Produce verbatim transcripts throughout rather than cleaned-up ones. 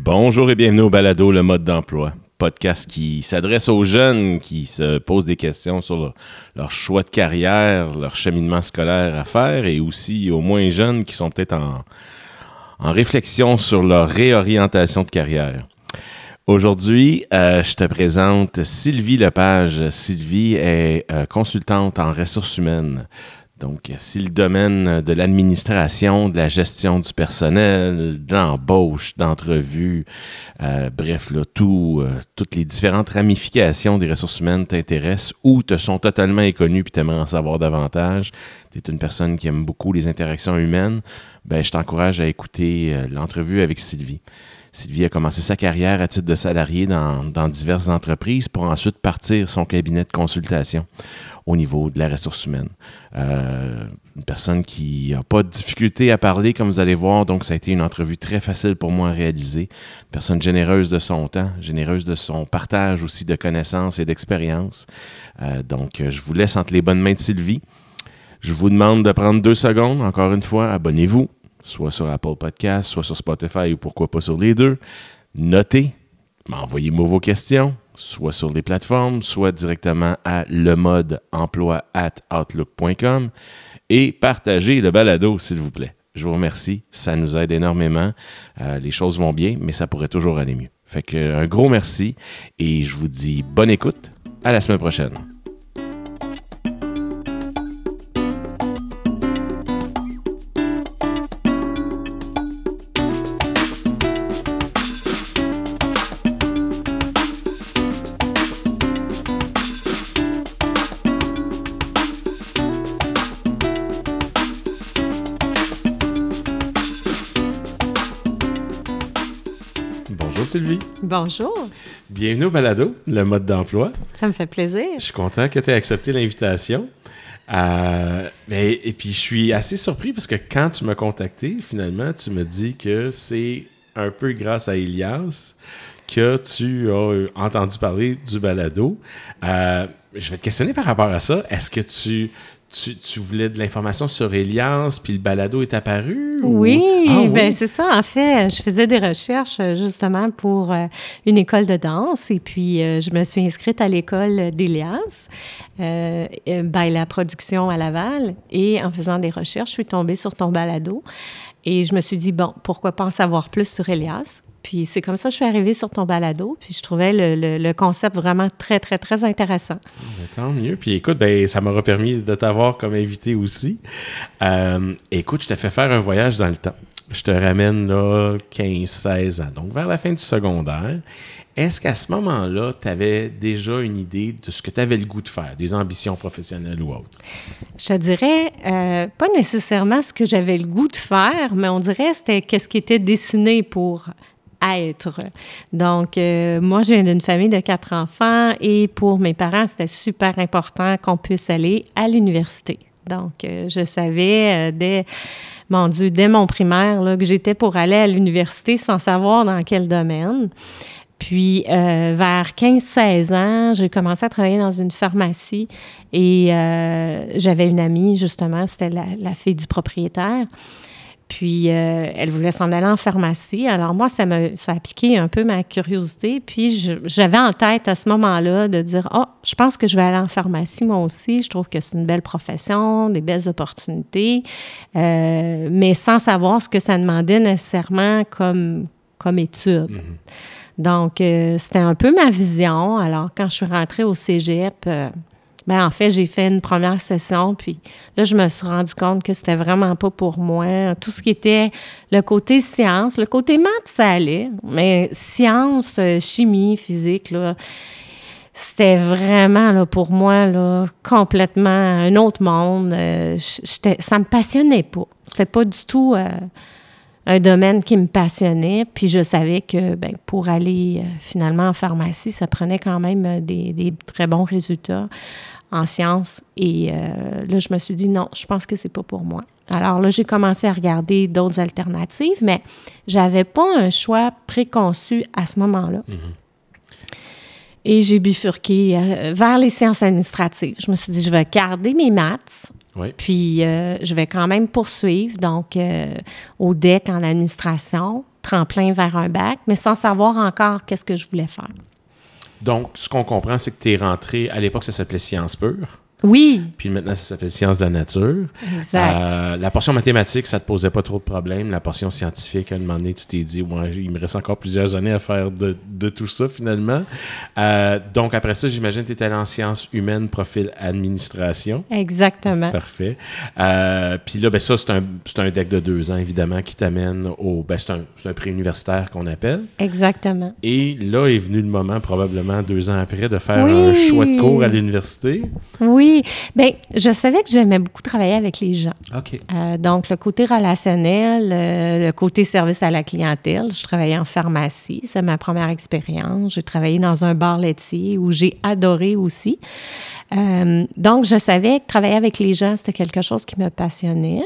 Bonjour et bienvenue au Balado, le mode d'emploi. Podcast qui s'adresse aux jeunes qui se posent des questions sur leur, leur choix de carrière, leur cheminement scolaire à faire et aussi aux moins jeunes qui sont peut-être en, en réflexion sur leur réorientation de carrière. Aujourd'hui, euh, je te présente Sylvie Lepage. Sylvie est euh, consultante en ressources humaines. Donc, si le domaine de l'administration, de la gestion du personnel, d'embauche, d'entrevue, euh, bref, là, tout, euh, toutes les différentes ramifications des ressources humaines t'intéressent ou te sont totalement inconnues puis t'aimerais en savoir davantage, tu es une personne qui aime beaucoup les interactions humaines, ben, je t'encourage à écouter euh, l'entrevue avec Sylvie. Sylvie a commencé sa carrière à titre de salarié dans, dans diverses entreprises pour ensuite partir son cabinet de consultation au niveau de la ressource humaine. Euh, une personne qui n'a pas de difficulté à parler, comme vous allez voir, donc ça a été une entrevue très facile pour moi à réaliser. Une personne généreuse de son temps, généreuse de son partage aussi de connaissances et d'expériences. Euh, donc, je vous laisse entre les bonnes mains de Sylvie. Je vous demande de prendre deux secondes, encore une fois, abonnez-vous, soit sur Apple Podcasts, soit sur Spotify ou pourquoi pas sur les deux. Notez, envoyez-moi vos questions, soit sur les plateformes, soit directement à lemodemploi arobase outlook point com et partagez le balado, s'il vous plaît. Je vous remercie, ça nous aide énormément. Euh, les choses vont bien, mais ça pourrait toujours aller mieux. Fait que un gros merci et je vous dis bonne écoute. À la semaine prochaine. Bonjour Sylvie. Bonjour. Bienvenue au balado, le mode d'emploi. Ça me fait plaisir. Je suis content que tu aies accepté l'invitation. Euh, et, et puis, je suis assez surpris parce que quand tu m'as contacté, finalement, tu me dis que c'est un peu grâce à Elias que tu as entendu parler du balado. Euh, je vais te questionner par rapport à ça. Est-ce que tu... Tu, tu voulais de l'information sur Elias, puis le balado est apparu? Ou... Oui, ah, oui, ben c'est ça. En fait, je faisais des recherches justement pour euh, une école de danse et puis euh, je me suis inscrite à l'école d'Elias, euh, by la production à Laval. Et en faisant des recherches, je suis tombée sur ton balado et je me suis dit, bon, pourquoi pas en savoir plus sur Elias? Puis c'est comme ça que je suis arrivée sur ton balado, puis je trouvais le, le, le concept vraiment très, très, très intéressant. Ben, tant mieux. Puis écoute, ben, ça m'aura permis de t'avoir comme invité aussi. Euh, écoute, je te fais faire un voyage dans le temps. Je te ramène là quinze seize ans, donc vers la fin du secondaire. Est-ce qu'à ce moment-là, tu avais déjà une idée de ce que tu avais le goût de faire, des ambitions professionnelles ou autres? Je te dirais, euh, pas nécessairement ce que j'avais le goût de faire, mais on dirait que c'était qu'est-ce qui était dessiné pour être. Donc, euh, moi, je viens d'une famille de quatre enfants et pour mes parents, c'était super important qu'on puisse aller à l'université. Donc, euh, je savais euh, dès, mon Dieu, dès mon primaire là, que j'étais pour aller à l'université sans savoir dans quel domaine. Puis, euh, vers quinze seize ans, j'ai commencé à travailler dans une pharmacie et euh, j'avais une amie, justement, c'était la, la fille du propriétaire. Puis, euh, elle voulait s'en aller en pharmacie. Alors, moi, ça, me, ça a piqué un peu ma curiosité. Puis, je, j'avais en tête à ce moment-là de dire « Ah, oh, je pense que je vais aller en pharmacie, moi aussi. Je trouve que c'est une belle profession, des belles opportunités. Euh, » mais sans savoir ce que ça demandait nécessairement comme, comme étude. Mm-hmm. Donc, euh, c'était un peu ma vision. Alors, quand je suis rentrée au cégep... Euh, ben en fait, j'ai fait une première session, puis là, je me suis rendu compte que c'était vraiment pas pour moi. Tout ce qui était le côté science, le côté maths, ça allait, mais science, chimie, physique, là, c'était vraiment, là, pour moi, là, complètement un autre monde. Euh, j'étais, ça me passionnait pas. C'était pas du tout... Euh, un domaine qui me passionnait, puis je savais que ben, pour aller euh, finalement en pharmacie, ça prenait quand même des, des très bons résultats en sciences. Et euh, là, je me suis dit non, je pense que c'est pas pour moi. Alors là, j'ai commencé à regarder d'autres alternatives, mais j'avais pas un choix préconçu à ce moment-là. Mm-hmm. Et j'ai bifurqué euh, vers les sciences administratives. Je me suis dit, je vais garder mes maths, oui. Puis euh, je vais quand même poursuivre, donc euh, au D E C en administration, tremplin vers un bac, mais sans savoir encore qu'est-ce que je voulais faire. Donc, ce qu'on comprend, c'est que tu es rentré, à l'époque, ça s'appelait Sciences pures. Oui. Puis maintenant, ça s'appelle Sciences de la nature. Exact. Euh, la portion mathématique, ça te posait pas trop de problèmes. La portion scientifique, à un moment donné, tu t'es dit, ouais, il me reste encore plusieurs années à faire de, de tout ça, finalement. Euh, donc, après ça, j'imagine que tu étais allé en sciences humaines, profil administration. Exactement. Parfait. Euh, puis là, ben ça, c'est un, c'est un deck de deux ans, évidemment, qui t'amène au... Ben, c'est un, c'est un pré-universitaire qu'on appelle. Exactement. Et là est venu le moment, probablement deux ans après, de faire oui. un choix de cours à l'université. Oui. Bien, je savais que j'aimais beaucoup travailler avec les gens. OK. Euh, donc, le côté relationnel, euh, le côté service à la clientèle. Je travaillais en pharmacie, c'est ma première expérience. J'ai travaillé dans un bar laitier où j'ai adoré aussi. Euh, donc, je savais que travailler avec les gens, c'était quelque chose qui me passionnait.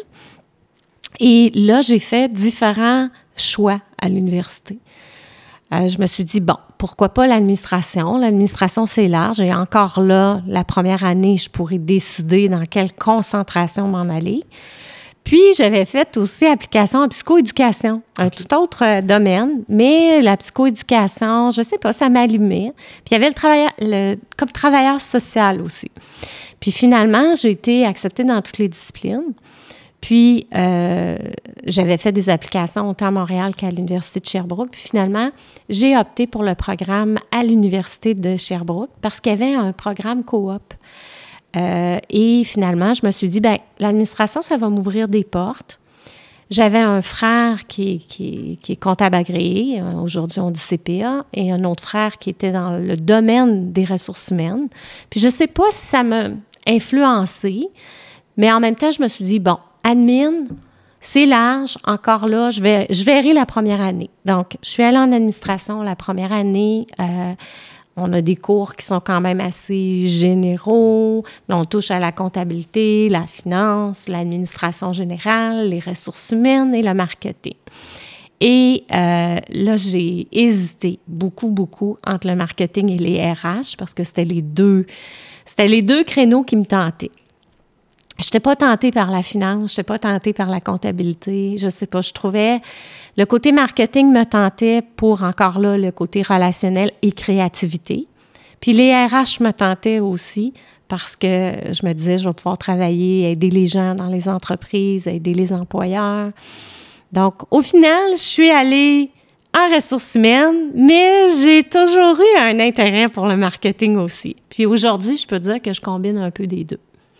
Et là, j'ai fait différents choix à l'université. Euh, je me suis dit, bon, pourquoi pas l'administration? L'administration, c'est large. Et encore là, la première année, je pourrais décider dans quelle concentration m'en aller. Puis, j'avais fait aussi application en psychoéducation, un okay. tout autre euh, domaine. Mais la psychoéducation, je sais pas, ça m'allumait. Puis, il y avait le travailleur, le, comme travailleur social aussi. Puis, finalement, j'ai été acceptée dans toutes les disciplines. Puis, euh, j'avais fait des applications autant à Montréal qu'à l'Université de Sherbrooke. Puis, finalement, j'ai opté pour le programme à l'Université de Sherbrooke parce qu'il y avait un programme coop. Euh, et finalement, je me suis dit, bien, l'administration, ça va m'ouvrir des portes. J'avais un frère qui, qui, qui est comptable agréé, aujourd'hui on dit C P A, et un autre frère qui était dans le domaine des ressources humaines. Puis, je ne sais pas si ça m'a influencé, mais en même temps, je me suis dit, bon, admin, c'est large. Encore là, je vais, je verrai la première année. Donc, je suis allée en administration la première année. Euh, on a des cours qui sont quand même assez généraux. Là, on touche à la comptabilité, la finance, l'administration générale, les ressources humaines et le marketing. Et euh, là, j'ai hésité beaucoup, beaucoup entre le marketing et les R H parce que c'était les deux, c'était les deux créneaux qui me tentaient. Je n'étais pas tentée par la finance, je n'étais pas tentée par la comptabilité, je ne sais pas. Je trouvais le côté marketing me tentait pour, encore là, le côté relationnel et créativité. Puis les R H me tentaient aussi parce que je me disais, je vais pouvoir travailler, aider les gens dans les entreprises, aider les employeurs. Donc, au final, je suis allée en ressources humaines, mais j'ai toujours eu un intérêt pour le marketing aussi. Puis aujourd'hui, je peux dire que je combine un peu des deux.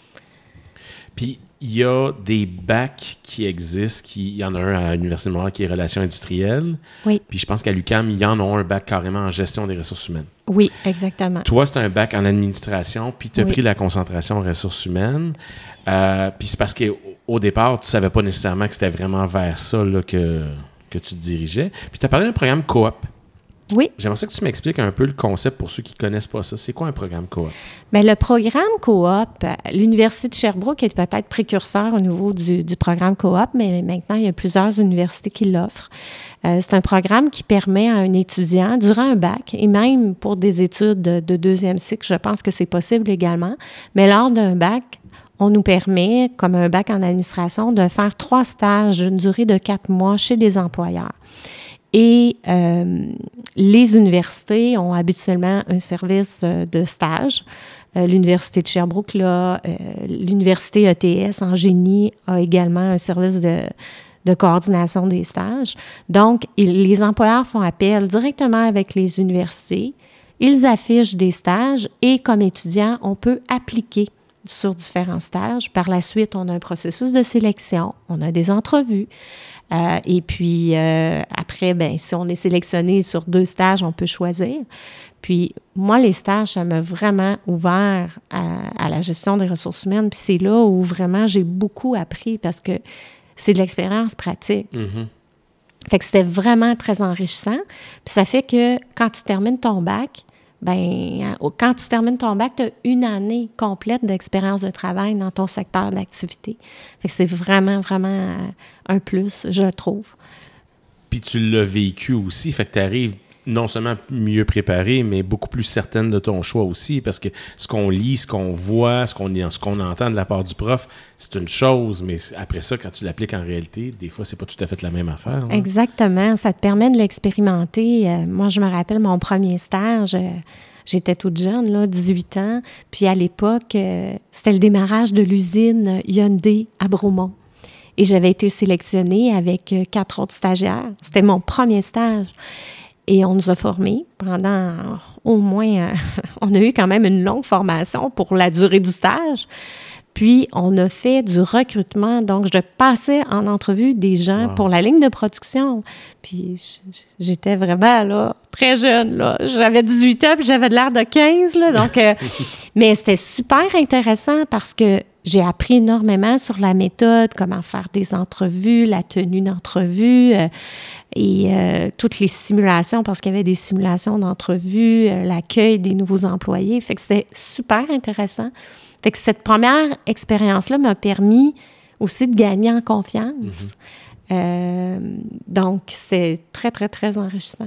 Puis, il y a des bacs qui existent. Qui, il y en a un à l'Université de Montréal qui est Relations industrielles. Oui. Puis, je pense qu'à l'U Q A M, il y en a un bac carrément en gestion des ressources humaines. Oui, exactement. Toi, c'est un bac en administration, puis tu as oui. pris la concentration en ressources humaines. Euh, puis, c'est parce qu'au départ, tu ne savais pas nécessairement que c'était vraiment vers ça là, que, que tu te dirigeais. Puis, tu as parlé d'un programme coop. Oui. J'aimerais ça que tu m'expliques un peu le concept pour ceux qui ne connaissent pas ça. C'est quoi un programme coop? Bien, le programme coop, l'Université de Sherbrooke est peut-être précurseur au niveau du, du programme coop, mais maintenant, il y a plusieurs universités qui l'offrent. Euh, c'est un programme qui permet à un étudiant, durant un bac, et même pour des études de, de deuxième cycle, je pense que c'est possible également, mais lors d'un bac, on nous permet, comme un bac en administration, de faire trois stages d'une durée de quatre mois chez des employeurs. Et euh, les universités ont habituellement un service de stage. Euh, L'Université de Sherbrooke, là, euh, l'Université E T S en génie a également un service de, de coordination des stages. Donc, il, les employeurs font appel directement avec les universités. Ils affichent des stages et comme étudiant, on peut appliquer sur différents stages. Par la suite, on a un processus de sélection, on a des entrevues. Euh, et puis, euh, après, ben, si on est sélectionné sur deux stages, on peut choisir. Puis, moi, les stages, ça m'a vraiment ouvert à, à la gestion des ressources humaines. Puis, c'est là où vraiment j'ai beaucoup appris parce que c'est de l'expérience pratique. Mm-hmm. Fait que c'était vraiment très enrichissant. Puis, ça fait que quand tu termines ton bac, ben, quand tu termines ton bac, tu as une année complète d'expérience de travail dans ton secteur d'activité. Fait que c'est vraiment, vraiment un plus, je trouve. Puis tu l'as vécu aussi, fait que tu arrives non seulement mieux préparée, mais beaucoup plus certaine de ton choix aussi, parce que ce qu'on lit, ce qu'on voit, ce qu'on, ce qu'on entend de la part du prof, c'est une chose, mais après ça, quand tu l'appliques en réalité, des fois, c'est pas tout à fait la même affaire. Hein? Exactement. Ça te permet de l'expérimenter. Euh, moi, je me rappelle mon premier stage, euh, j'étais toute jeune, là, dix-huit ans, puis à l'époque, euh, c'était le démarrage de l'usine Hyundai à Bromont. Et j'avais été sélectionnée avec euh, quatre autres stagiaires. C'était mon premier stage. Et on nous a formés pendant au moins... Euh, on a eu quand même une longue formation pour la durée du stage. Puis, on a fait du recrutement. Donc, je passais en entrevue des gens wow. pour la ligne de production. Puis, j'étais vraiment, là, très jeune, là. J'avais dix-huit ans, puis j'avais de l'air de quinze, là. Donc, euh, mais c'était super intéressant parce que j'ai appris énormément sur la méthode, comment faire des entrevues, la tenue d'entrevue euh, et euh, toutes les simulations, parce qu'il y avait des simulations d'entrevue, euh, l'accueil des nouveaux employés. Fait que c'était super intéressant. Fait que cette première expérience-là m'a permis aussi de gagner en confiance. Mm-hmm. Euh, donc, c'est très, très, très enrichissant.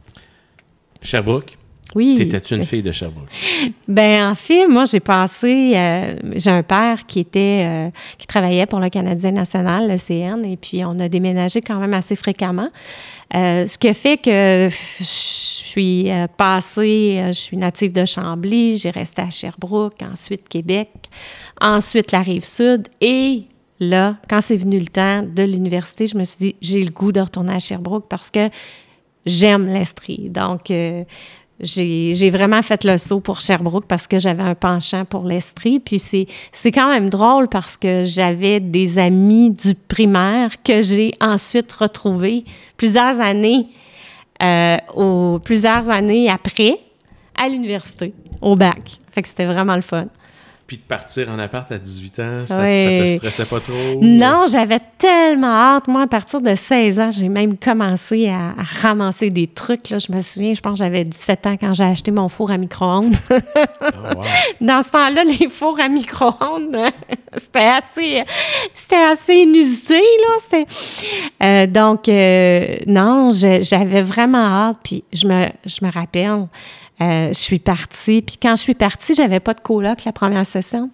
Sherbrooke? Oui. T'étais-tu une fille de Sherbrooke? Ben en fait, moi, j'ai passé... Euh, j'ai un père qui était... Euh, qui travaillait pour le Canadien national, le C N, et puis on a déménagé quand même assez fréquemment. Euh, ce qui fait que je suis euh, passée... Euh, je suis native de Chambly, j'ai resté à Sherbrooke, ensuite Québec, ensuite la Rive-Sud, et là, quand c'est venu le temps de l'université, je me suis dit, j'ai le goût de retourner à Sherbrooke parce que j'aime l'Estrie. Donc... Euh, J'ai, j'ai vraiment fait le saut pour Sherbrooke parce que j'avais un penchant pour l'Estrie. Puis c'est, c'est quand même drôle parce que j'avais des amis du primaire que j'ai ensuite retrouvés plusieurs années, euh, au, plusieurs années après à l'université, au bac. Fait que c'était vraiment le fun. Puis de partir en appart à dix-huit ans, ça, oui. ça te stressait pas trop? Non, j'avais tellement hâte. Moi, à partir de seize ans, j'ai même commencé à, à ramasser des trucs. Là. Je me souviens, je pense que j'avais dix-sept ans quand j'ai acheté mon four à micro-ondes. Oh, wow. Dans ce temps-là, les fours à micro-ondes, c'était assez, c'était assez inusité. Là. C'était, euh, donc, euh, non, je, j'avais vraiment hâte. Puis je me, je me rappelle... Euh, je suis partie. Puis quand je suis partie, j'avais pas de coloc la première session.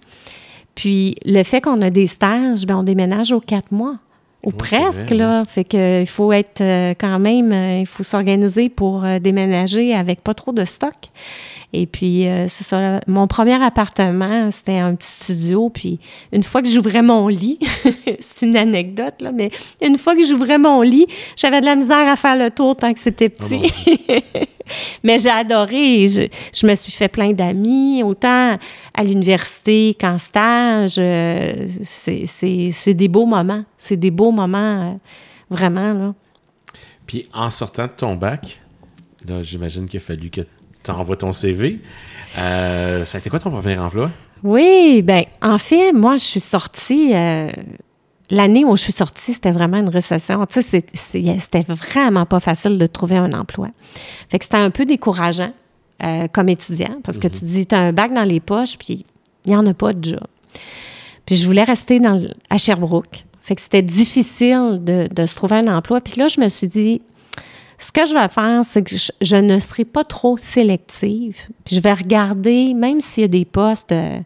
Puis le fait qu'on a des stages, bien, on déménage aux quatre mois. Ou oui, presque, vrai, là. Oui. Fait qu'il faut être euh, quand même... Euh, il faut s'organiser pour euh, déménager avec pas trop de stock. Et puis, euh, c'est ça. Mon premier appartement, c'était un petit studio. Puis, une fois que j'ouvrais mon lit, c'est une anecdote, là, mais une fois que j'ouvrais mon lit, j'avais de la misère à faire le tour tant que c'était petit. Oh, mais j'ai adoré. Je, je me suis fait plein d'amis, autant à l'université qu'en stage. Euh, c'est, c'est, c'est des beaux moments. C'est des beaux moments, euh, vraiment, là. Puis, en sortant de ton bac, là, j'imagine qu'il a fallu que tu envoies ton C V. Euh, ça a été quoi ton premier emploi? Oui, bien, en fait, moi, je suis sortie... Euh, l'année où je suis sortie, c'était vraiment une récession. Tu sais, c'est, c'est, c'était vraiment pas facile de trouver un emploi. Fait que c'était un peu décourageant euh, comme étudiant, parce que mm-hmm. tu te dis, tu as un bac dans les poches, puis il n'y en a pas de job. Puis je voulais rester dans, à Sherbrooke. Fait que c'était difficile de, de se trouver un emploi. Puis là, je me suis dit, ce que je vais faire, c'est que je, je ne serai pas trop sélective. Puis je vais regarder, même s'il y a des postes euh,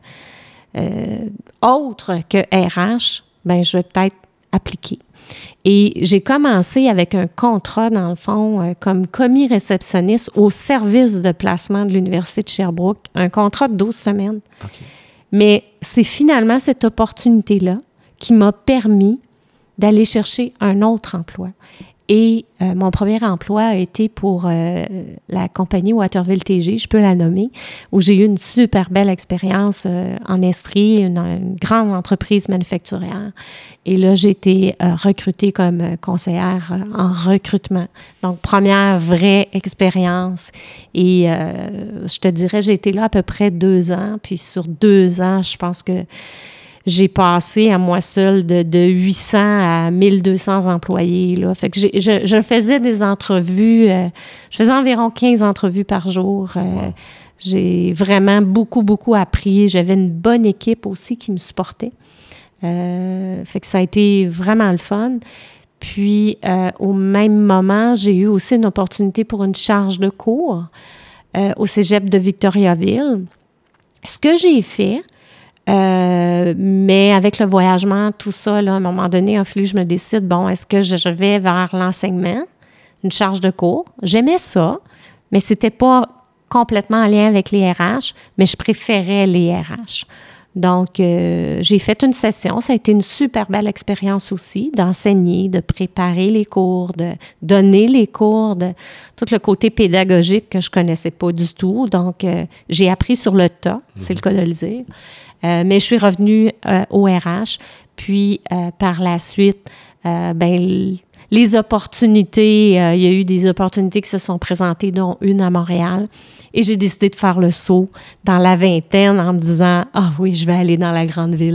euh, autres que R H, bien, je vais peut-être appliquer. Et j'ai commencé avec un contrat, dans le fond, euh, comme commis réceptionniste au service de placement de l'Université de Sherbrooke, un contrat de douze semaines. Okay. Mais c'est finalement cette opportunité-là qui m'a permis d'aller chercher un autre emploi. Et euh, mon premier emploi a été pour euh, la compagnie Waterville T G, je peux la nommer, où j'ai eu une super belle expérience euh, en Estrie, une, une grande entreprise manufacturière. Et là, j'ai été euh, recrutée comme euh, conseillère euh, en recrutement. Donc, première vraie expérience. Et euh, je te dirais, j'ai été là à peu près deux ans. Puis sur deux ans, je pense que j'ai passé à moi seule de, de huit cents à mille deux cents employés. Là. Fait que j'ai, je, je faisais des entrevues, euh, je faisais environ quinze entrevues par jour. Euh, wow. J'ai vraiment beaucoup, beaucoup appris. J'avais une bonne équipe aussi qui me supportait. Euh, fait que ça a été vraiment le fun. Puis, euh, au même moment, j'ai eu aussi une opportunité pour une charge de cours euh, au cégep de Victoriaville. Ce que j'ai fait, euh, mais avec le voyagement, tout ça, là, à un moment donné, il a fallu que je me décide, bon, est-ce que je, je vais vers l'enseignement, une charge de cours? J'aimais ça, mais c'était pas complètement en lien avec les R H, mais je préférais les R H. Donc, euh, j'ai fait une session. Ça a été une super belle expérience aussi, d'enseigner, de préparer les cours, de donner les cours, de tout le côté pédagogique que je connaissais pas du tout. Donc, euh, j'ai appris sur le tas, mm-hmm. c'est le cas de le dire. Euh, mais je suis revenue euh, au R H. Puis, euh, par la suite, euh, ben les opportunités, euh, il y a eu des opportunités qui se sont présentées, dont une à Montréal. Et j'ai décidé de faire le saut dans la vingtaine en me disant « Ah oui, je vais aller dans la grande ville. »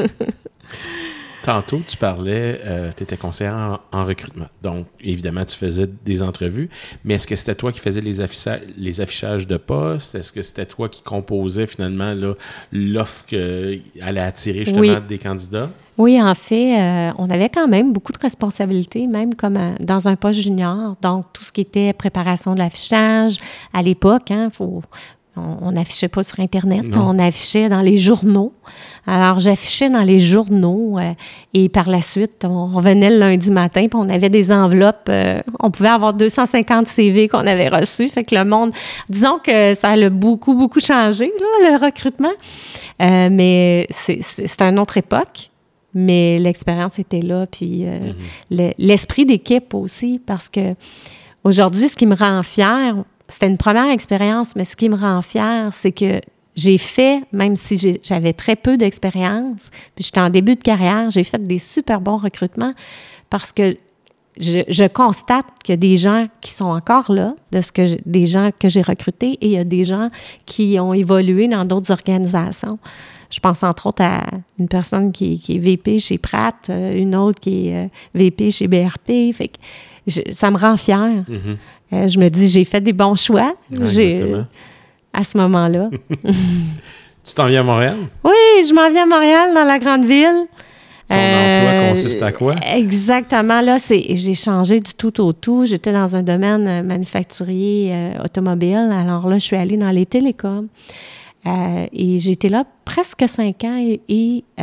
Tantôt, tu parlais, euh, tu étais conseillère en, en recrutement. Donc, évidemment, tu faisais des entrevues. Mais est-ce que c'était toi qui faisais les, afficha- les affichages de postes? Est-ce que c'était toi qui composais finalement là, l'offre qui allait attirer justement oui. des candidats? Oui, en fait, euh, on avait quand même beaucoup de responsabilités, même comme euh, dans un poste junior. Donc, tout ce qui était préparation de l'affichage, à l'époque, hein, faut, on n'affichait pas sur Internet, non. On affichait dans les journaux. Alors, j'affichais dans les journaux euh, et par la suite, on revenait le lundi matin puis on avait des enveloppes. Euh, on pouvait avoir deux cent cinquante C V qu'on avait reçus. Fait que le monde, disons que ça a beaucoup, beaucoup changé, là, le recrutement. Euh, mais c'est, c'est, c'est une autre époque. Mais l'expérience était là, puis euh, mm-hmm. le, l'esprit d'équipe aussi, parce que aujourd'hui, ce qui me rend fière, c'était une première expérience, mais ce qui me rend fière, c'est que j'ai fait, même si j'ai, j'avais très peu d'expérience, puis j'étais en début de carrière, j'ai fait des super bons recrutements parce que je, je constate qu'il y a des gens qui sont encore là, de ce que je, des gens que j'ai recrutés, et il y a des gens qui ont évolué dans d'autres organisations. Je pense entre autres à une personne qui, qui est V P chez Pratt, une autre qui est V P chez B R P. Fait que je, ça me rend fière. Mm-hmm. Euh, je me dis, j'ai fait des bons choix. Ouais, j'ai, exactement. À ce moment-là. Tu t'en viens à Montréal? Oui, je m'en viens à Montréal, dans la grande ville. Ton euh, emploi consiste à quoi? Exactement. Là, c'est, j'ai changé du tout au tout. J'étais dans un domaine manufacturier euh, automobile. Alors là, je suis allée dans les télécoms. Euh, et j'ai été là presque cinq ans et, et euh,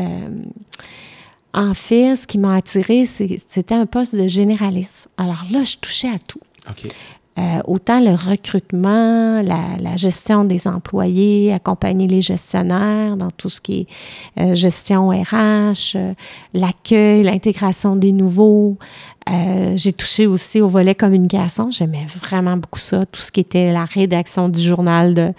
en fait, ce qui m'a attirée, c'est, c'était un poste de généraliste. Alors là, je touchais à tout. OK. Euh, autant le recrutement, la, la gestion des employés, accompagner les gestionnaires dans tout ce qui est euh, gestion R H, euh, l'accueil, l'intégration des nouveaux. Euh, j'ai touché aussi au volet communication. J'aimais vraiment beaucoup ça, tout ce qui était la rédaction du journal de,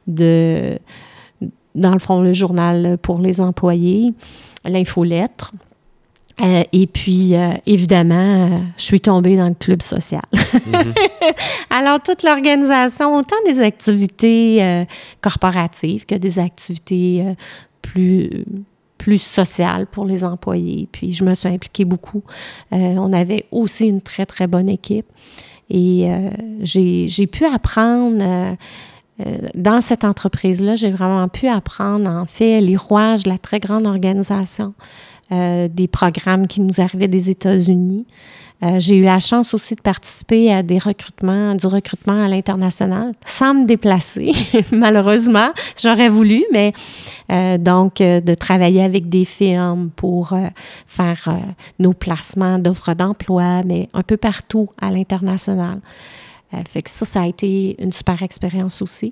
de dans le fond, le journal pour les employés, l'infolettre. Euh, et puis, euh, évidemment, euh, je suis tombée dans le club social. Mm-hmm. Alors, toute l'organisation, autant des activités euh, corporatives que des activités euh, plus, plus sociales pour les employés. Puis, je me suis impliquée beaucoup. Euh, on avait aussi une très, très bonne équipe. Et euh, j'ai, j'ai pu apprendre... Euh, Euh, dans cette entreprise-là, j'ai vraiment pu apprendre, en fait, les rouages de la très grande organisation, euh, des programmes qui nous arrivaient des États-Unis. Euh, j'ai eu la chance aussi de participer à des recrutements, du recrutement à l'international, sans me déplacer, malheureusement. J'aurais voulu, mais euh, donc, euh, de travailler avec des firmes pour euh, faire euh, nos placements d'offres d'emploi, mais un peu partout à l'international. Euh, fait que ça, ça a été une super expérience aussi.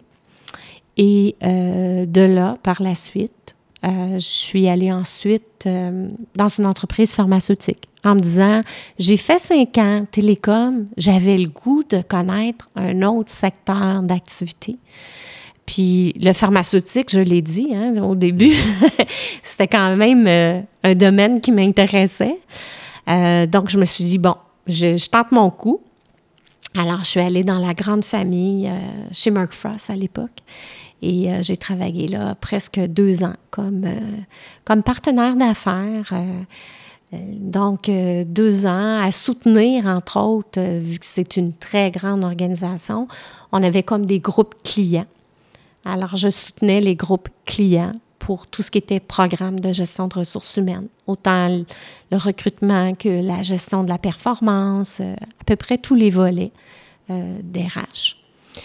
Et euh, de là, par la suite, euh, je suis allée ensuite euh, dans une entreprise pharmaceutique en me disant, j'ai fait cinq ans télécom, j'avais le goût de connaître un autre secteur d'activité. Puis le pharmaceutique, je l'ai dit hein, au début, c'était quand même euh, un domaine qui m'intéressait. Euh, donc, je me suis dit, bon, je, je tente mon coup. Alors, je suis allée dans la grande famille euh, chez Merck Frost à l'époque et euh, j'ai travaillé là presque deux ans comme, euh, comme partenaire d'affaires. Euh, donc, euh, deux ans à soutenir, entre autres, euh, vu que c'est une très grande organisation, on avait comme des groupes clients. Alors, je soutenais les groupes clients pour tout ce qui était programme de gestion de ressources humaines. Autant le, le recrutement que la gestion de la performance, euh, à peu près tous les volets euh, des R H.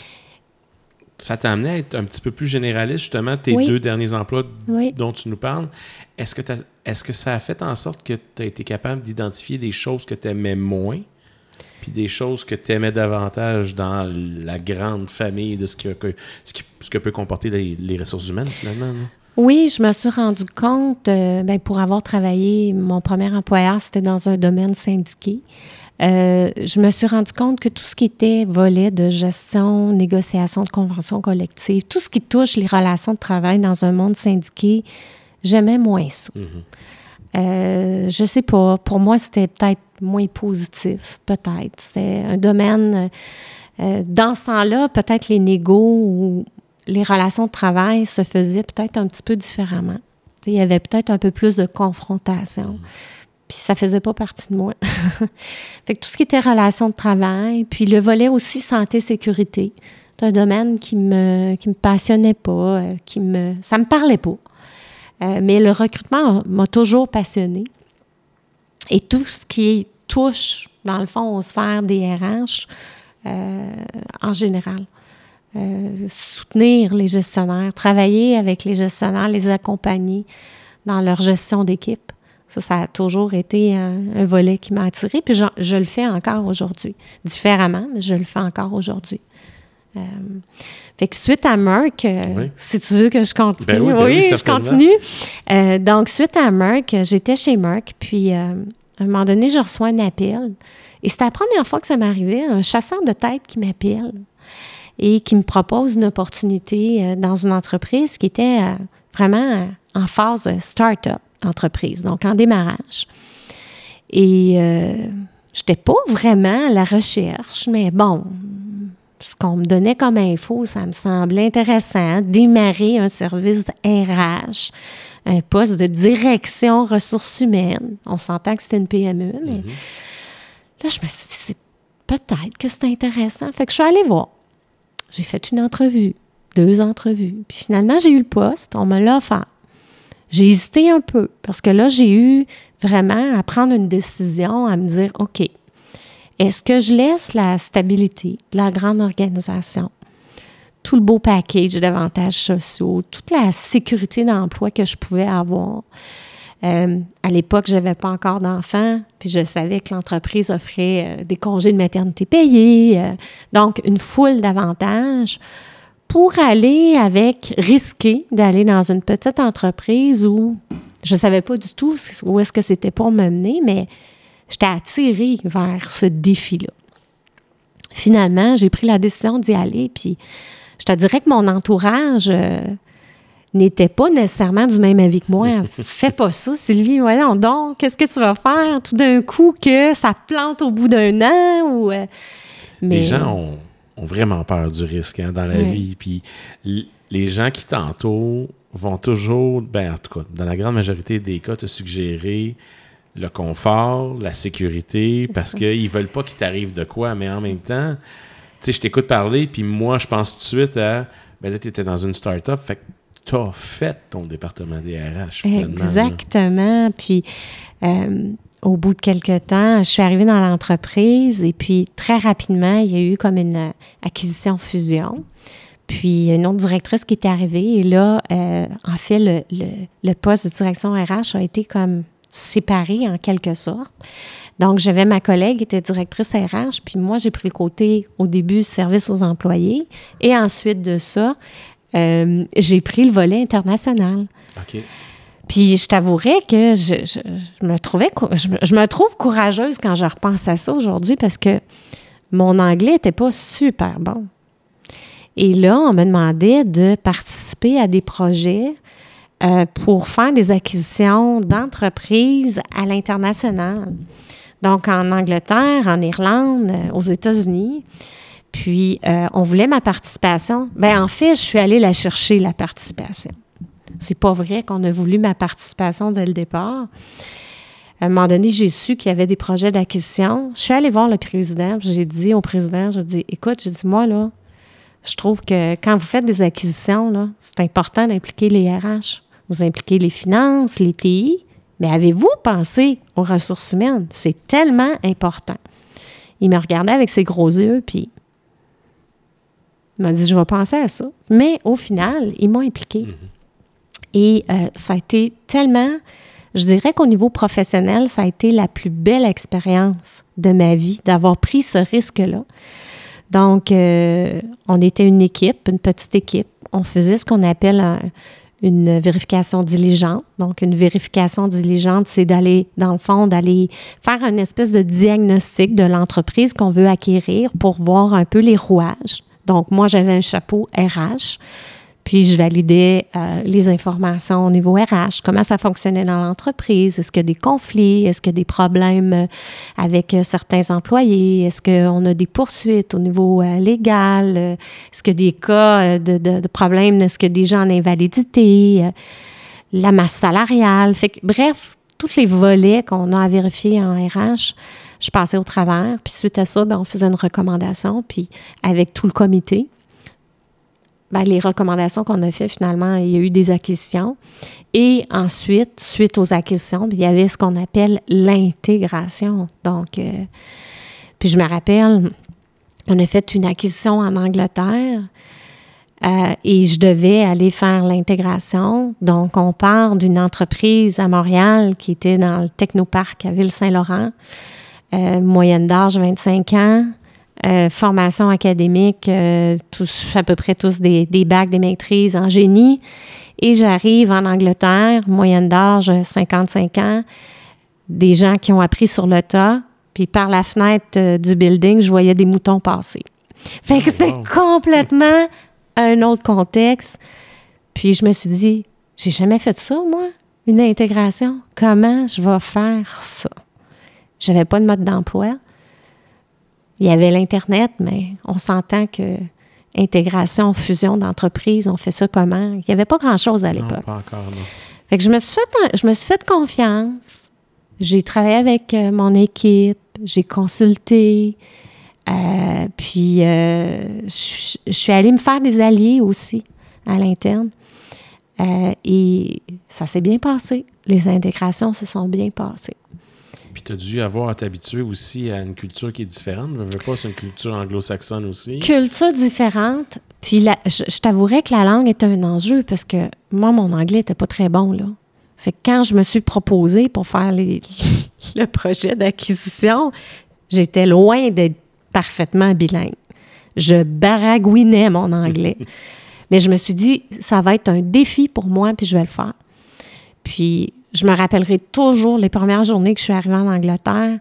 Ça t'a amené à être un petit peu plus généraliste, justement, tes oui. deux derniers emplois oui. dont tu nous parles. Est-ce que, est-ce que ça a fait en sorte que tu as été capable d'identifier des choses que tu aimais moins, puis des choses que tu aimais davantage dans la grande famille de ce que, que, ce qui, ce que peut comporter les, les ressources humaines, finalement? Là? Oui, je me suis rendu compte, euh, ben, pour avoir travaillé, mon premier employeur, c'était dans un domaine syndiqué. Euh, je me suis rendu compte que tout ce qui était volet de gestion, négociation de conventions collectives, tout ce qui touche les relations de travail dans un monde syndiqué, j'aimais moins ça. Mm-hmm. Euh, je sais pas, pour moi, c'était peut-être moins positif, peut-être. C'était un domaine, euh, dans ce temps-là, peut-être les négos ou les relations de travail se faisaient peut-être un petit peu différemment. T'sais, il y avait peut-être un peu plus de confrontation. Mm-hmm. Puis ça faisait pas partie de moi. Fait que tout ce qui était relations de travail, puis le volet aussi santé-sécurité, c'est un domaine qui me qui me passionnait pas, euh, qui me ça me parlait pas. Euh, mais le recrutement m'a toujours passionnée. Et tout ce qui touche, dans le fond, aux sphères des R H, euh, en général. Euh, soutenir les gestionnaires, travailler avec les gestionnaires, les accompagner dans leur gestion d'équipe. Ça, ça a toujours été un, un volet qui m'a attirée, puis je, je le fais encore aujourd'hui. Différemment, mais je le fais encore aujourd'hui. Euh, fait que suite à Merck, euh, oui. si tu veux que je continue, ben oui, ben oui, oui je continue. Euh, donc, suite à Merck, j'étais chez Merck, puis euh, à un moment donné, je reçois un appel. Et c'était la première fois que ça m'arrivait, un chasseur de tête qui m'appelle et qui me propose une opportunité euh, dans une entreprise qui était euh, vraiment en phase start-up. Entreprise, donc en démarrage. Et euh, je n'étais pas vraiment à la recherche, mais bon, ce qu'on me donnait comme info, ça me semblait intéressant, démarrer un service de R H, un poste de direction ressources humaines. On s'entend que c'était une P M E, mais mm-hmm. là, je me suis dit, c'est peut-être que c'est intéressant. Fait que je suis allée voir. J'ai fait une entrevue, deux entrevues. Puis finalement, j'ai eu le poste, on me l'a offert. J'ai hésité un peu parce que là, j'ai eu vraiment à prendre une décision, à me dire, OK, est-ce que je laisse la stabilité de la grande organisation, tout le beau package d'avantages sociaux, toute la sécurité d'emploi que je pouvais avoir? Euh, à l'époque, je n'avais pas encore d'enfants, puis je savais que l'entreprise offrait euh, des congés de maternité payés, euh, donc une foule d'avantages. Pour aller avec, risquer d'aller dans une petite entreprise où je ne savais pas du tout où est-ce que c'était pour me mener, mais j'étais attirée vers ce défi-là. Finalement, j'ai pris la décision d'y aller, puis je te dirais que mon entourage euh, n'était pas nécessairement du même avis que moi. Fais pas ça, Sylvie, voyons donc, qu'est-ce que tu vas faire tout d'un coup que ça plante au bout d'un an? Ou, euh, mais... Les gens ont... ont vraiment peur du risque hein, dans la oui. vie. Puis l- les gens qui t'entourent vont toujours, ben en tout cas, dans la grande majorité des cas, te suggérer le confort, la sécurité, c'est parce ça. Qu'ils veulent pas qu'il t'arrive de quoi, mais en même temps, tu sais, je t'écoute parler, puis moi, je pense tout de suite à, ben là, tu étais dans une start-up, fait que tu as fait ton département des R H, finalement. Exactement, là. Puis... Euh, Au bout de quelques temps, je suis arrivée dans l'entreprise et puis très rapidement, il y a eu comme une acquisition-fusion. Puis, il y a une autre directrice qui était arrivée et là, euh, en fait, le, le, le poste de direction R H a été comme séparé en quelque sorte. Donc, j'avais ma collègue qui était directrice R H, puis moi, j'ai pris le côté, au début, service aux employés et ensuite de ça, euh, j'ai pris le volet international. OK. Puis je t'avouerais que je, je, je me trouvais je, je me trouve courageuse quand je repense à ça aujourd'hui parce que mon anglais n'était pas super bon. Et là, on me demandait de participer à des projets euh, pour faire des acquisitions d'entreprises à l'international. Donc en Angleterre, en Irlande, aux États-Unis. Puis euh, on voulait ma participation. Bien, en fait, je suis allée la chercher, la participation. C'est pas vrai qu'on a voulu ma participation dès le départ. À un moment donné, j'ai su qu'il y avait des projets d'acquisition. Je suis allée voir le président, j'ai dit au président, j'ai dit, écoute, j'ai dit, moi, là, je trouve que quand vous faites des acquisitions, là, c'est important d'impliquer les R H vous impliquez les finances, les T I, mais avez-vous pensé aux ressources humaines? C'est tellement important. » Il me regardait avec ses gros yeux, puis il m'a dit « Je vais penser à ça. » Mais au final, il m'a impliqué. Mm-hmm. Et euh, ça a été tellement... Je dirais qu'au niveau professionnel, ça a été la plus belle expérience de ma vie, d'avoir pris ce risque-là. Donc, euh, on était une équipe, une petite équipe. On faisait ce qu'on appelle un, une vérification diligente. Donc, une vérification diligente, c'est d'aller, dans le fond, d'aller faire une espèce de diagnostic de l'entreprise qu'on veut acquérir pour voir un peu les rouages. Donc, moi, j'avais un chapeau R H. Puis, je validais euh, les informations au niveau R H, comment ça fonctionnait dans l'entreprise, est-ce qu'il y a des conflits, est-ce qu'il y a des problèmes avec euh, certains employés, est-ce qu'on a des poursuites au niveau euh, légal, euh, est-ce qu'il y a des cas de, de, de problèmes, est-ce qu'il y a des gens en invalidité, euh, la masse salariale. Fait que, bref, tous les volets qu'on a à vérifier en R H, je passais au travers. Puis, suite à ça, bien, on faisait une recommandation, puis avec tout le comité. Bien, les recommandations qu'on a faites, finalement, il y a eu des acquisitions. Et ensuite, suite aux acquisitions, il y avait ce qu'on appelle l'intégration. Donc, euh, puis je me rappelle, on a fait une acquisition en Angleterre euh, et je devais aller faire l'intégration. Donc, on part d'une entreprise à Montréal qui était dans le Technoparc à Ville-Saint-Laurent, euh, moyenne d'âge vingt-cinq ans. Euh, formation académique, euh, tous, à peu près tous des, des bacs, des maîtrises en génie. Et j'arrive en Angleterre, moyenne d'âge cinquante-cinq ans, des gens qui ont appris sur le tas. Puis par la fenêtre euh, du building, je voyais des moutons passer. Fait que c'est wow. complètement un autre contexte. Puis je me suis dit, j'ai jamais fait ça, moi, une intégration. Comment je vais faire ça? J'avais pas de mode d'emploi. Il y avait l'Internet, mais on s'entend que intégration, fusion d'entreprise, on fait ça comment? Il n'y avait pas grand-chose à l'époque. Non, pas encore, non. Fait que je me suis fait, je me suis fait confiance. J'ai travaillé avec euh, mon équipe, j'ai consulté, euh, puis euh, je, je suis allée me faire des alliés aussi à l'interne. Euh, et ça s'est bien passé. Les intégrations se sont bien passées. Puis tu as dû avoir à t'habituer aussi à une culture qui est différente. Je ne veux pas, c'est une culture anglo-saxonne aussi. Culture différente. Puis la, je, je t'avouerais que la langue était un enjeu parce que moi, mon anglais n'était pas très bon, là. Fait que quand je me suis proposée pour faire les, le projet d'acquisition, j'étais loin d'être parfaitement bilingue. Je baragouinais mon anglais. Mais je me suis dit, ça va être un défi pour moi, puis je vais le faire. Puis, je me rappellerai toujours les premières journées que je suis arrivée en Angleterre,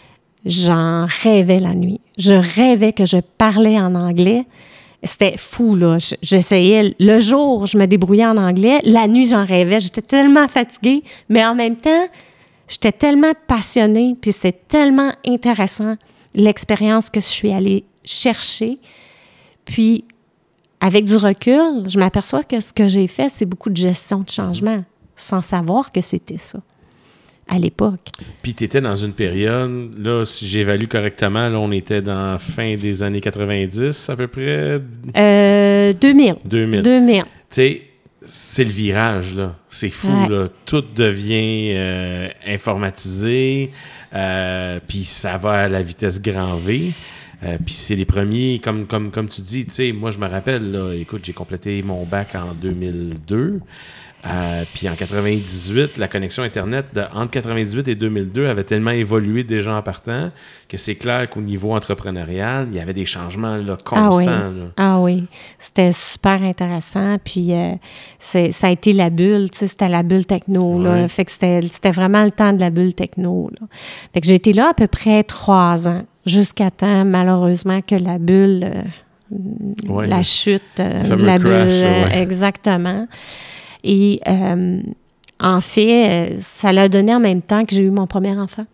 j'en rêvais la nuit. Je rêvais que je parlais en anglais. C'était fou, là. J'essayais. Le jour, je me débrouillais en anglais. La nuit, j'en rêvais. J'étais tellement fatiguée. Mais en même temps, j'étais tellement passionnée. Puis c'était tellement intéressant, l'expérience que je suis allée chercher. Puis, avec du recul, je m'aperçois que ce que j'ai fait, c'est beaucoup de gestion de changement, sans savoir que c'était ça, à l'époque. Puis tu étais dans une période, là, si j'évalue correctement, là, on était dans la fin des années quatre-vingt-dix, à peu près? Euh, deux mille. deux mille. deux mille. Tu sais, c'est le virage, là. C'est fou, ouais. là. Tout devient euh, informatisé, euh, puis ça va à la vitesse grand V. Euh, puis c'est les premiers, comme, comme, comme tu dis, tu sais, moi je me rappelle, là, écoute, j'ai complété mon bac en deux mille deux. Euh, puis en quatre-vingt-dix-huit, la connexion Internet de, entre quatre-vingt-dix-huit et deux mille deux avait tellement évolué déjà en partant que c'est clair qu'au niveau entrepreneurial, il y avait des changements là, constants. Ah oui, là. Ah oui. C'était super intéressant. Puis euh, c'est, ça a été la bulle, tu sais, c'était la bulle techno. Là. Ouais. Fait que c'était, c'était vraiment le temps de la bulle techno. Là. Fait que j'ai été là à peu près trois ans, jusqu'à temps, malheureusement, que la bulle, euh, ouais, la chute euh, de la crash, bulle, euh, ouais. exactement. Et euh, en fait, ça l'a donné en même temps que j'ai eu mon premier enfant.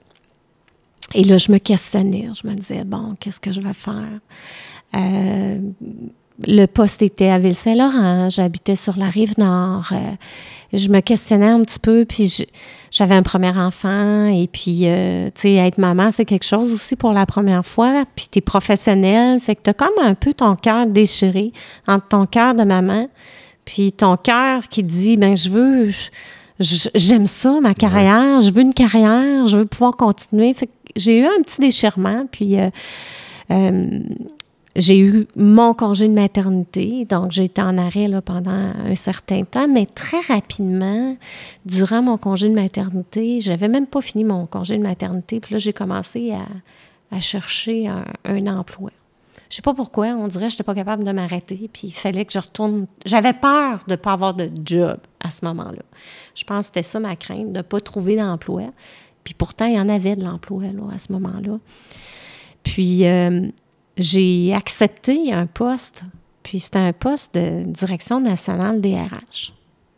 Et là, je me questionnais. Je me disais, bon, qu'est-ce que je vais faire? Euh, le poste était à Ville-Saint-Laurent. J'habitais sur la Rive-Nord. Euh, je me questionnais un petit peu. Puis je, j'avais un premier enfant. Et puis, euh, tu sais, être maman, c'est quelque chose aussi pour la première fois. Puis tu es professionnelle. Fait que tu as comme un peu ton cœur déchiré entre ton cœur de maman puis ton cœur qui dit, ben je veux, je, je, j'aime ça, ma carrière, ouais. je veux une carrière, je veux pouvoir continuer. Fait que j'ai eu un petit déchirement, puis euh, euh, j'ai eu mon congé de maternité, donc j'ai été en arrêt là, pendant un certain temps, mais très rapidement, durant mon congé de maternité, j'avais même pas fini mon congé de maternité, puis là, j'ai commencé à, à chercher un, un emploi. Je sais pas pourquoi, on dirait que je n'étais pas capable de m'arrêter, puis il fallait que je retourne. J'avais peur de ne pas avoir de job à ce moment-là. Je pense que c'était ça ma crainte, de ne pas trouver d'emploi. Puis pourtant, il y en avait de l'emploi là, à ce moment-là. Puis euh, j'ai accepté un poste, puis c'était un poste de direction nationale des R H.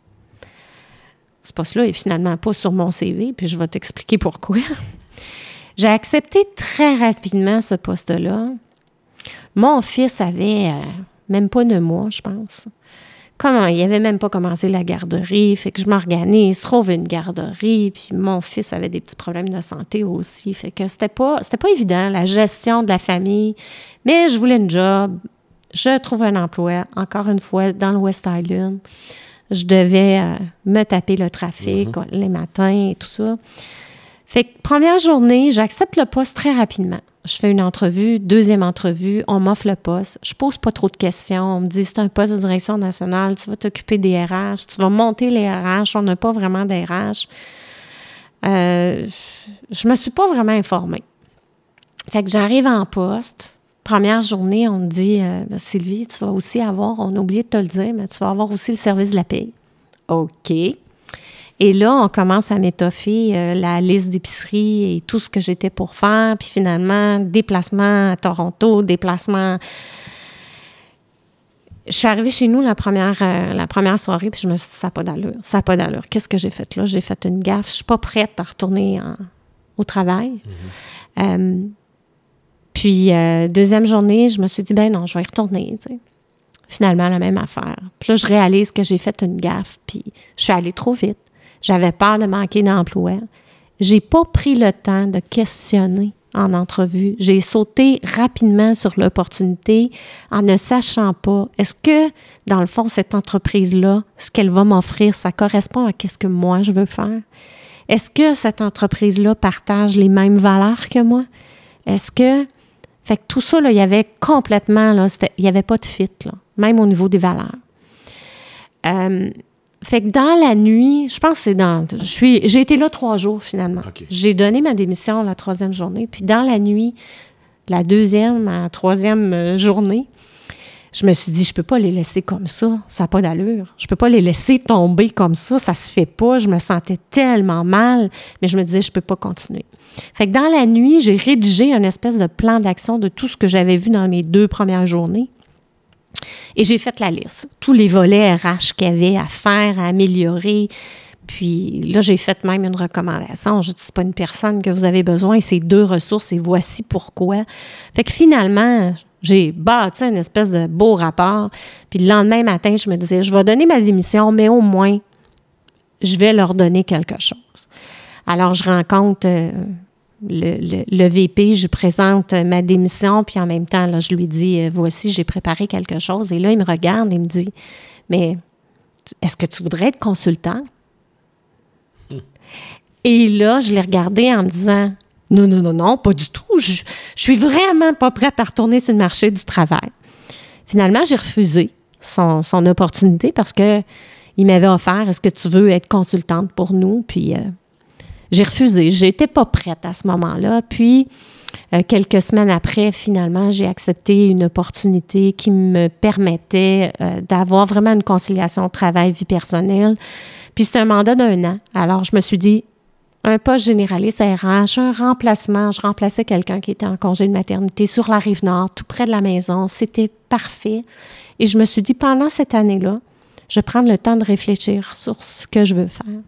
Ce poste-là n'est finalement pas sur mon C V, puis je vais t'expliquer pourquoi. J'ai accepté très rapidement ce poste-là. Mon fils avait euh, même pas neuf mois, je pense. Comment, il avait même pas commencé la garderie, fait que je m'organise, trouve une garderie, puis mon fils avait des petits problèmes de santé aussi, fait que c'était pas, c'était pas évident, la gestion de la famille, mais je voulais une job, je trouve un emploi, encore une fois, dans le West Island. Je devais euh, me taper le trafic mm-hmm. les matins et tout ça. Fait que première journée, j'accepte le poste très rapidement. Je fais une entrevue, deuxième entrevue, on m'offre le poste. Je pose pas trop de questions. On me dit, c'est un poste de direction nationale, tu vas t'occuper des R H, tu vas monter les R H, on n'a pas vraiment d'R H. Euh, je me suis pas vraiment informée. Fait que j'arrive en poste. Première journée, on me dit, euh, Sylvie, tu vas aussi avoir, on a oublié de te le dire, mais tu vas avoir aussi le service de la paye. OK. Et là, on commence à m'étoffer euh, la liste d'épicerie et tout ce que j'étais pour faire. Puis finalement, déplacement à Toronto, déplacement... Je suis arrivée chez nous la première, euh, la première soirée, puis je me suis dit, ça n'a pas d'allure, ça n'a pas d'allure. Qu'est-ce que j'ai fait là? J'ai fait une gaffe. Je ne suis pas prête à retourner en, au travail. Mm-hmm. Euh, puis, euh, deuxième journée, je me suis dit, ben non, je vais y retourner, tu sais. Finalement, la même affaire. Puis là, je réalise que j'ai fait une gaffe, puis je suis allée trop vite. J'avais peur de manquer d'emploi. J'ai pas pris le temps de questionner en entrevue. J'ai sauté rapidement sur l'opportunité en ne sachant pas, est-ce que, dans le fond, cette entreprise-là, ce qu'elle va m'offrir, ça correspond à ce que moi, je veux faire? Est-ce que cette entreprise-là partage les mêmes valeurs que moi? Est-ce que... Fait que tout ça, là, il y avait complètement, là, il n'y avait pas de fit, là, même au niveau des valeurs. Euh... Fait que dans la nuit, je pense que c'est dans... Je suis, j'ai été là trois jours, finalement. Okay. J'ai donné ma démission la troisième journée. Puis dans la nuit, la deuxième, la troisième journée, je me suis dit, je peux pas les laisser comme ça. Ça n'a pas d'allure. Je peux pas les laisser tomber comme ça. Ça se fait pas. Je me sentais tellement mal. Mais je me disais, je peux pas continuer. Fait que dans la nuit, j'ai rédigé un espèce de plan d'action de tout ce que j'avais vu dans mes deux premières journées. Et j'ai fait la liste. Tous les volets R H qu'il y avait à faire, à améliorer. Puis là, j'ai fait même une recommandation. Je dis, c'est pas une personne que vous avez besoin, c'est deux ressources et voici pourquoi. Fait que finalement, j'ai bâti une espèce de beau rapport. Puis le lendemain matin, je me disais, je vais donner ma démission, mais au moins, je vais leur donner quelque chose. Alors, je rencontre... Euh, Le, le, le V P, je lui présente ma démission, puis en même temps, là, je lui dis, voici, j'ai préparé quelque chose. Et là, il me regarde et me dit, mais est-ce que tu voudrais être consultant? Hmm. Et là, je l'ai regardé en me disant, non, non, non, non, pas du tout. Je, je suis vraiment pas prête à retourner sur le marché du travail. Finalement, j'ai refusé son, son opportunité parce que il m'avait offert, est-ce que tu veux être consultante pour nous? Puis... Euh, J'ai refusé. Je n'étais pas prête à ce moment-là. Puis, euh, quelques semaines après, finalement, j'ai accepté une opportunité qui me permettait euh, d'avoir vraiment une conciliation travail-vie personnelle. Puis, c'est un mandat d'un an. Alors, je me suis dit, un poste généraliste R H, un remplacement. Je remplaçais quelqu'un qui était en congé de maternité sur la Rive-Nord, tout près de la maison. C'était parfait. Et je me suis dit, pendant cette année-là, je vais prendre le temps de réfléchir sur ce que je veux faire.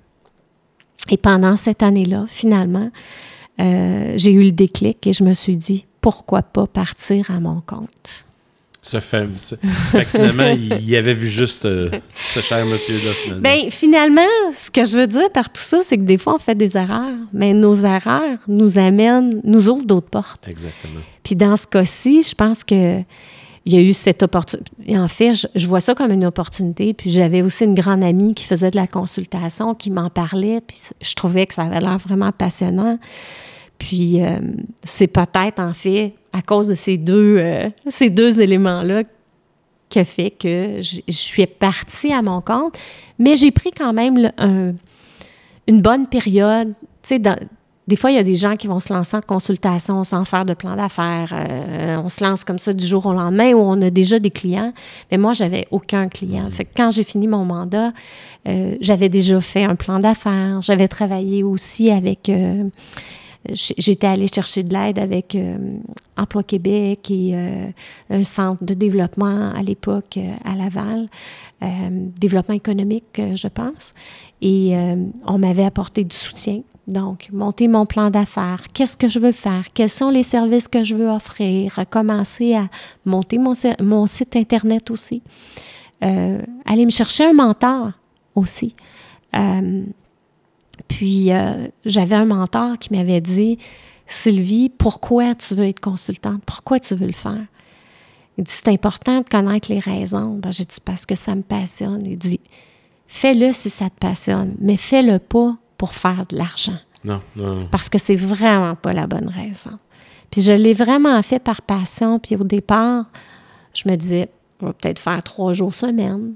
Et pendant cette année-là, finalement, euh, j'ai eu le déclic et je me suis dit, pourquoi pas partir à mon compte? Ce fait, ce, fait que finalement, il avait vu juste euh, ce cher monsieur-là, finalement. Bien, finalement, ce que je veux dire par tout ça, c'est que des fois, on fait des erreurs, mais nos erreurs nous amènent, nous ouvrent d'autres portes. Exactement. Puis dans ce cas-ci, je pense que il y a eu cette opportunité. et en fait, je, je vois ça comme une opportunité. Puis j'avais aussi une grande amie qui faisait de la consultation, qui m'en parlait, puis je trouvais que ça avait l'air vraiment passionnant. Puis euh, c'est peut-être, en fait, à cause de ces deux, euh, ces deux éléments-là qui fait que je, je suis partie à mon compte. Mais j'ai pris quand même le, un, une bonne période. Tu sais, dans, des fois, il y a des gens qui vont se lancer en consultation sans faire de plan d'affaires. Euh, on se lance comme ça du jour au lendemain où on a déjà des clients. Mais moi, j'avais aucun client. Fait que quand j'ai fini mon mandat, euh, j'avais déjà fait un plan d'affaires. J'avais travaillé aussi avec... Euh, J'étais allée chercher de l'aide avec euh, Emploi Québec et euh, un centre de développement à l'époque euh, à Laval, euh, développement économique, euh, je pense. Et euh, on m'avait apporté du soutien. Donc, monter mon plan d'affaires, qu'est-ce que je veux faire, quels sont les services que je veux offrir, commencer à monter mon, mon site Internet aussi, euh, aller me chercher un mentor aussi. Euh, Puis, euh, j'avais un mentor qui m'avait dit, « Sylvie, pourquoi tu veux être consultante? Pourquoi tu veux le faire? » Il dit, « C'est important de connaître les raisons. » Ben, j'ai dit, « Parce que ça me passionne. » Il dit, « Fais-le si ça te passionne, mais fais-le pas pour faire de l'argent. » Non, non, non. Parce que c'est vraiment pas la bonne raison. Puis, je l'ai vraiment fait par passion. Puis, au départ, je me disais, « Je vais peut-être faire trois jours semaine.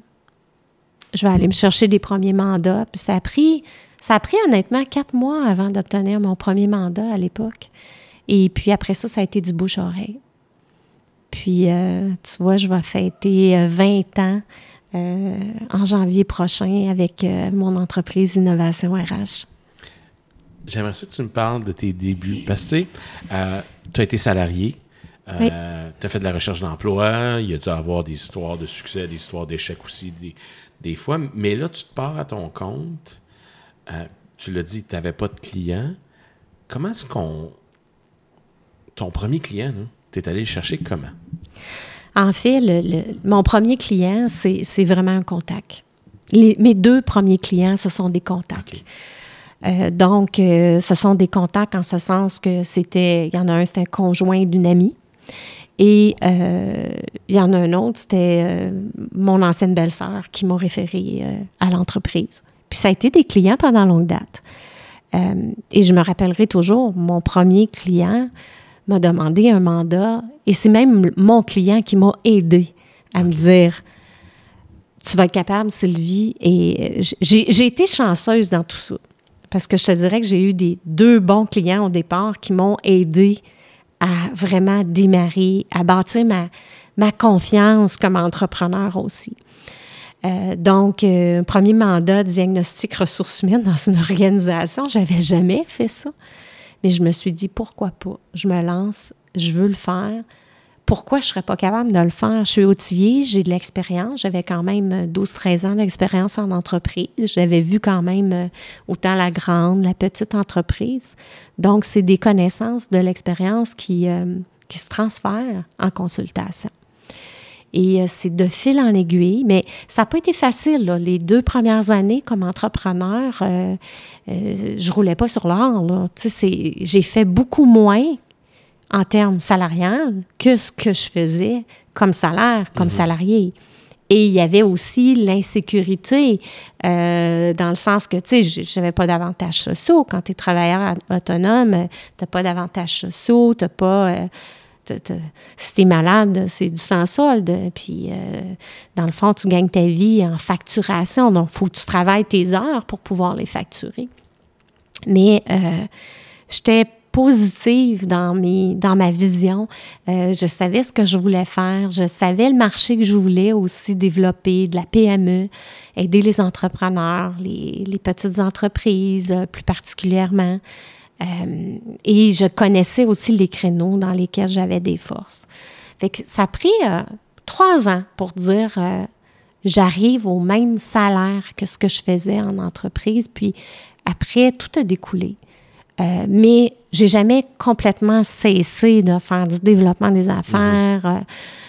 Je vais aller me chercher des premiers mandats. » Puis, ça a pris... Ça a pris honnêtement quatre mois avant d'obtenir mon premier mandat à l'époque. Et puis après ça, ça a été du bouche-oreille. Puis, euh, tu vois, je vais fêter vingt ans euh, en janvier prochain avec euh, mon entreprise Innovation R H. J'aimerais ça que tu me parles de tes débuts. Parce que, tu sais, euh, tu as été salarié, euh, oui. tu as fait de la recherche d'emploi, il y a dû avoir des histoires de succès, des histoires d'échecs aussi, des, des fois. Mais là, tu te pars à ton compte. Euh, tu l'as dit, tu n'avais pas de clients. Comment est-ce qu'on... Ton premier client, tu es allé le chercher comment? En fait, le, le, mon premier client, c'est, c'est vraiment un contact. Les, mes deux premiers clients, ce sont des contacts. Okay. Euh, donc, euh, ce sont des contacts en ce sens que c'était... Il y en a un, c'était un conjoint d'une amie. Et euh, il y en a un autre, c'était euh, mon ancienne belle-sœur qui m'a référé euh, à l'entreprise. Puis ça a été des clients pendant longue date. Euh, et je me rappellerai toujours, mon premier client m'a demandé un mandat et c'est même mon client qui m'a aidé à okay. me dire « Tu vas être capable, Sylvie. » Et j'ai, j'ai été chanceuse dans tout ça parce que je te dirais que j'ai eu des deux bons clients au départ qui m'ont aidé à vraiment démarrer, à bâtir ma, ma confiance comme entrepreneur aussi. Euh, donc, euh, un premier mandat de diagnostic ressources humaines dans une organisation, j'avais jamais fait ça. Mais je me suis dit, pourquoi pas? Je me lance, je veux le faire. Pourquoi je ne serais pas capable de le faire? Je suis outillée, j'ai de l'expérience. J'avais quand même douze treize ans d'expérience en entreprise. J'avais vu quand même autant la grande, la petite entreprise. Donc, c'est des connaissances, de l'expérience qui, euh, qui se transfèrent en consultation. Et euh, c'est de fil en aiguille, mais ça n'a pas été facile, là. Les deux premières années comme entrepreneur, euh, euh, je ne roulais pas sur l'or, là. Tu sais, c'est, j'ai fait beaucoup moins en termes salariales que ce que je faisais comme salaire, comme mm-hmm. salarié. Et il y avait aussi l'insécurité, euh, dans le sens que, tu sais, je n'avais pas d'avantages sociaux. Quand tu es travailleur autonome, tu n'as pas d'avantages sociaux, tu n'as pas... Euh, T'as, t'as, si tu es malade, c'est du sans-solde. Puis, euh, dans le fond, tu gagnes ta vie en facturation. Donc, il faut que tu travailles tes heures pour pouvoir les facturer. Mais euh, j'étais positive dans, mes, dans ma vision. Euh, je savais ce que je voulais faire. Je savais le marché que je voulais aussi développer, de la P M E, aider les entrepreneurs, les, les petites entreprises plus particulièrement. Euh, et je connaissais aussi les créneaux dans lesquels j'avais des forces. Fait que ça a pris euh, trois ans pour dire euh, j'arrive au même salaire que ce que je faisais en entreprise. Puis après, tout a découlé. Euh, mais j'ai jamais complètement cessé de faire du développement des affaires, mm-hmm. euh,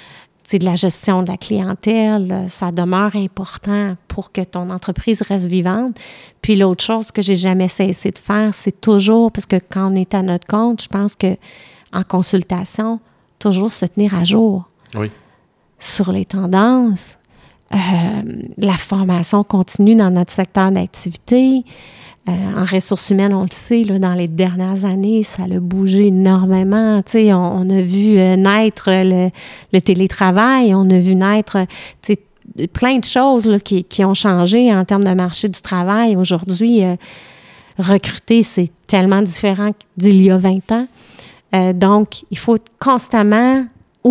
de la gestion de la clientèle. Ça demeure important pour que ton entreprise reste vivante. Puis l'autre chose que j'ai jamais cessé de faire, c'est toujours, parce que quand on est à notre compte, je pense que en consultation, toujours se tenir à jour. Oui. sur les tendances, euh, la formation continue dans notre secteur d'activité. Euh, en ressources humaines, on le sait, là, dans les dernières années, ça a bougé énormément. Tu sais, on, on a vu euh, naître le, le télétravail, on a vu naître, tu sais, plein de choses là, qui, qui ont changé en termes de marché du travail. Aujourd'hui, euh, recruter, c'est tellement différent d'il y a vingt ans. Euh, donc, il faut être constamment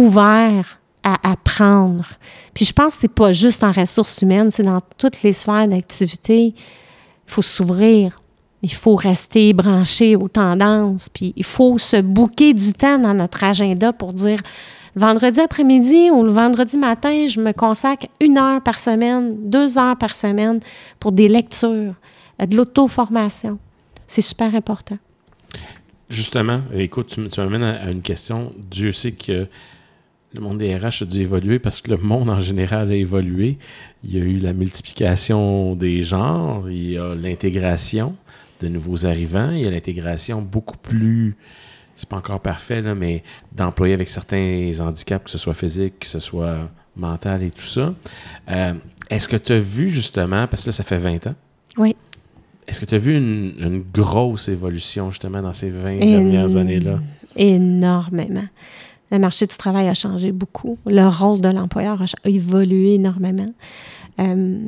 ouvert à apprendre. Puis je pense que c'est pas juste en ressources humaines, c'est dans toutes les sphères d'activité. Il faut s'ouvrir, il faut rester branché aux tendances, puis il faut se booker du temps dans notre agenda pour dire vendredi après-midi ou le vendredi matin, je me consacre une heure par semaine, deux heures par semaine pour des lectures, de l'auto-formation. C'est super important. Justement, écoute, tu, tu m'amènes à, à une question. Dieu sait que le monde des R H a dû évoluer parce que le monde en général a évolué. Il y a eu la multiplication des genres, il y a l'intégration de nouveaux arrivants, il y a l'intégration beaucoup plus, c'est pas encore parfait, là, mais d'employés avec certains handicaps, que ce soit physique, que ce soit mental et tout ça. Euh, est-ce que tu as vu justement, parce que là, ça fait vingt ans. Oui. Est-ce que tu as vu une, une grosse évolution justement dans ces vingt dernières années-là? Énormément. Le marché du travail a changé beaucoup. Le rôle de l'employeur a évolué énormément. Euh,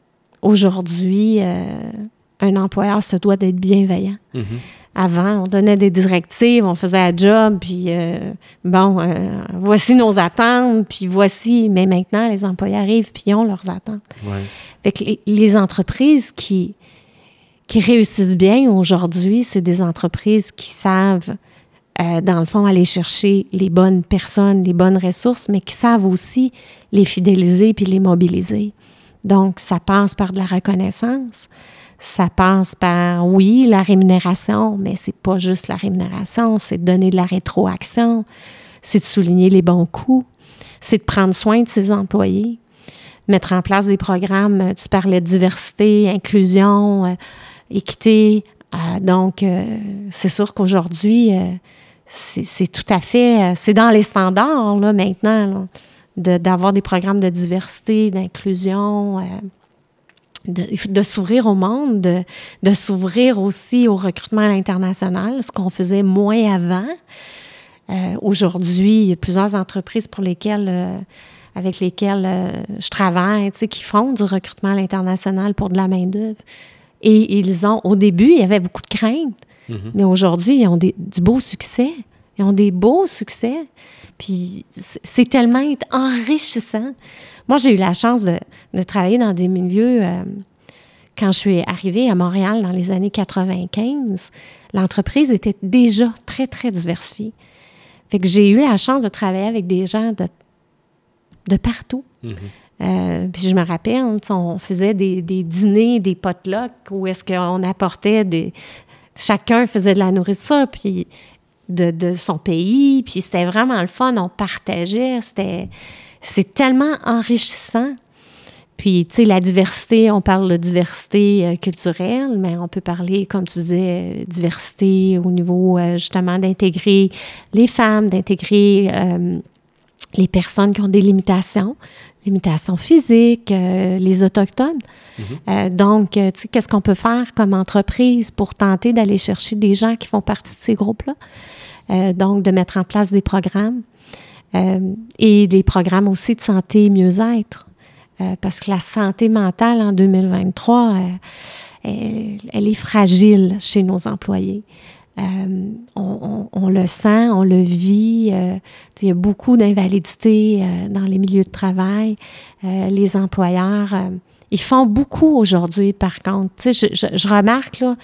aujourd'hui, euh, un employeur se doit d'être bienveillant. Mm-hmm. Avant, on donnait des directives, on faisait la job, puis euh, bon, euh, voici nos attentes, puis voici... Mais maintenant, les employés arrivent, puis ils ont leurs attentes. Ouais. Fait que les, les entreprises qui, qui réussissent bien aujourd'hui, c'est des entreprises qui savent... Euh, dans le fond, aller chercher les bonnes personnes, les bonnes ressources, mais qui savent aussi les fidéliser puis les mobiliser. Donc, ça passe par de la reconnaissance, ça passe par, oui, la rémunération, mais c'est pas juste la rémunération, c'est de donner de la rétroaction, c'est de souligner les bons coups, c'est de prendre soin de ses employés, mettre en place des programmes, tu parlais de diversité, inclusion, euh, équité. Euh, donc, euh, c'est sûr qu'aujourd'hui... Euh, C'est, c'est tout à fait... C'est dans les standards, là, maintenant, là, de, d'avoir des programmes de diversité, d'inclusion, euh, de, de s'ouvrir au monde, de, de s'ouvrir aussi au recrutement à l'international, ce qu'on faisait moins avant. Euh, aujourd'hui, il y a plusieurs entreprises pour lesquelles, euh, avec lesquelles euh, je travaille, tu sais, qui font du recrutement à l'international pour de la main-d'œuvre. Et ils ont... Au début, il y avait beaucoup de craintes. Mm-hmm. Mais aujourd'hui, ils ont des, du beau succès. Ils ont des beaux succès. Puis c'est, c'est tellement enrichissant. Moi, j'ai eu la chance de, de travailler dans des milieux... Euh, quand je suis arrivée à Montréal dans les années quatre-vingt-quinze, l'entreprise était déjà très, très diversifiée. Fait que j'ai eu la chance de travailler avec des gens de, de partout. Mm-hmm. Euh, puis je me rappelle, on faisait des, des dîners, des potlucks, où est-ce qu'on apportait des... Chacun faisait de la nourriture, puis de, de son pays, puis c'était vraiment le fun, on partageait, c'était... C'est tellement enrichissant. Puis, tu sais, la diversité, on parle de diversité euh, culturelle, mais on peut parler, comme tu disais, diversité au niveau, euh, justement, d'intégrer les femmes, d'intégrer euh, les personnes qui ont des limitations, limitations physiques, euh, les Autochtones. Mm-hmm. Euh, donc, tu sais, qu'est-ce qu'on peut faire comme entreprise pour tenter d'aller chercher des gens qui font partie de ces groupes-là? Euh, donc, de mettre en place des programmes euh, et des programmes aussi de santé et mieux-être. Euh, parce que la santé mentale en deux mille vingt-trois, euh, elle, elle est fragile chez nos employés. Euh, on, on, on le sent, on le vit. Euh, il y a beaucoup d'invalidité euh, dans les milieux de travail. Euh, les employeurs, euh, ils font beaucoup aujourd'hui, par contre. Tu sais, je, je, je remarque, là,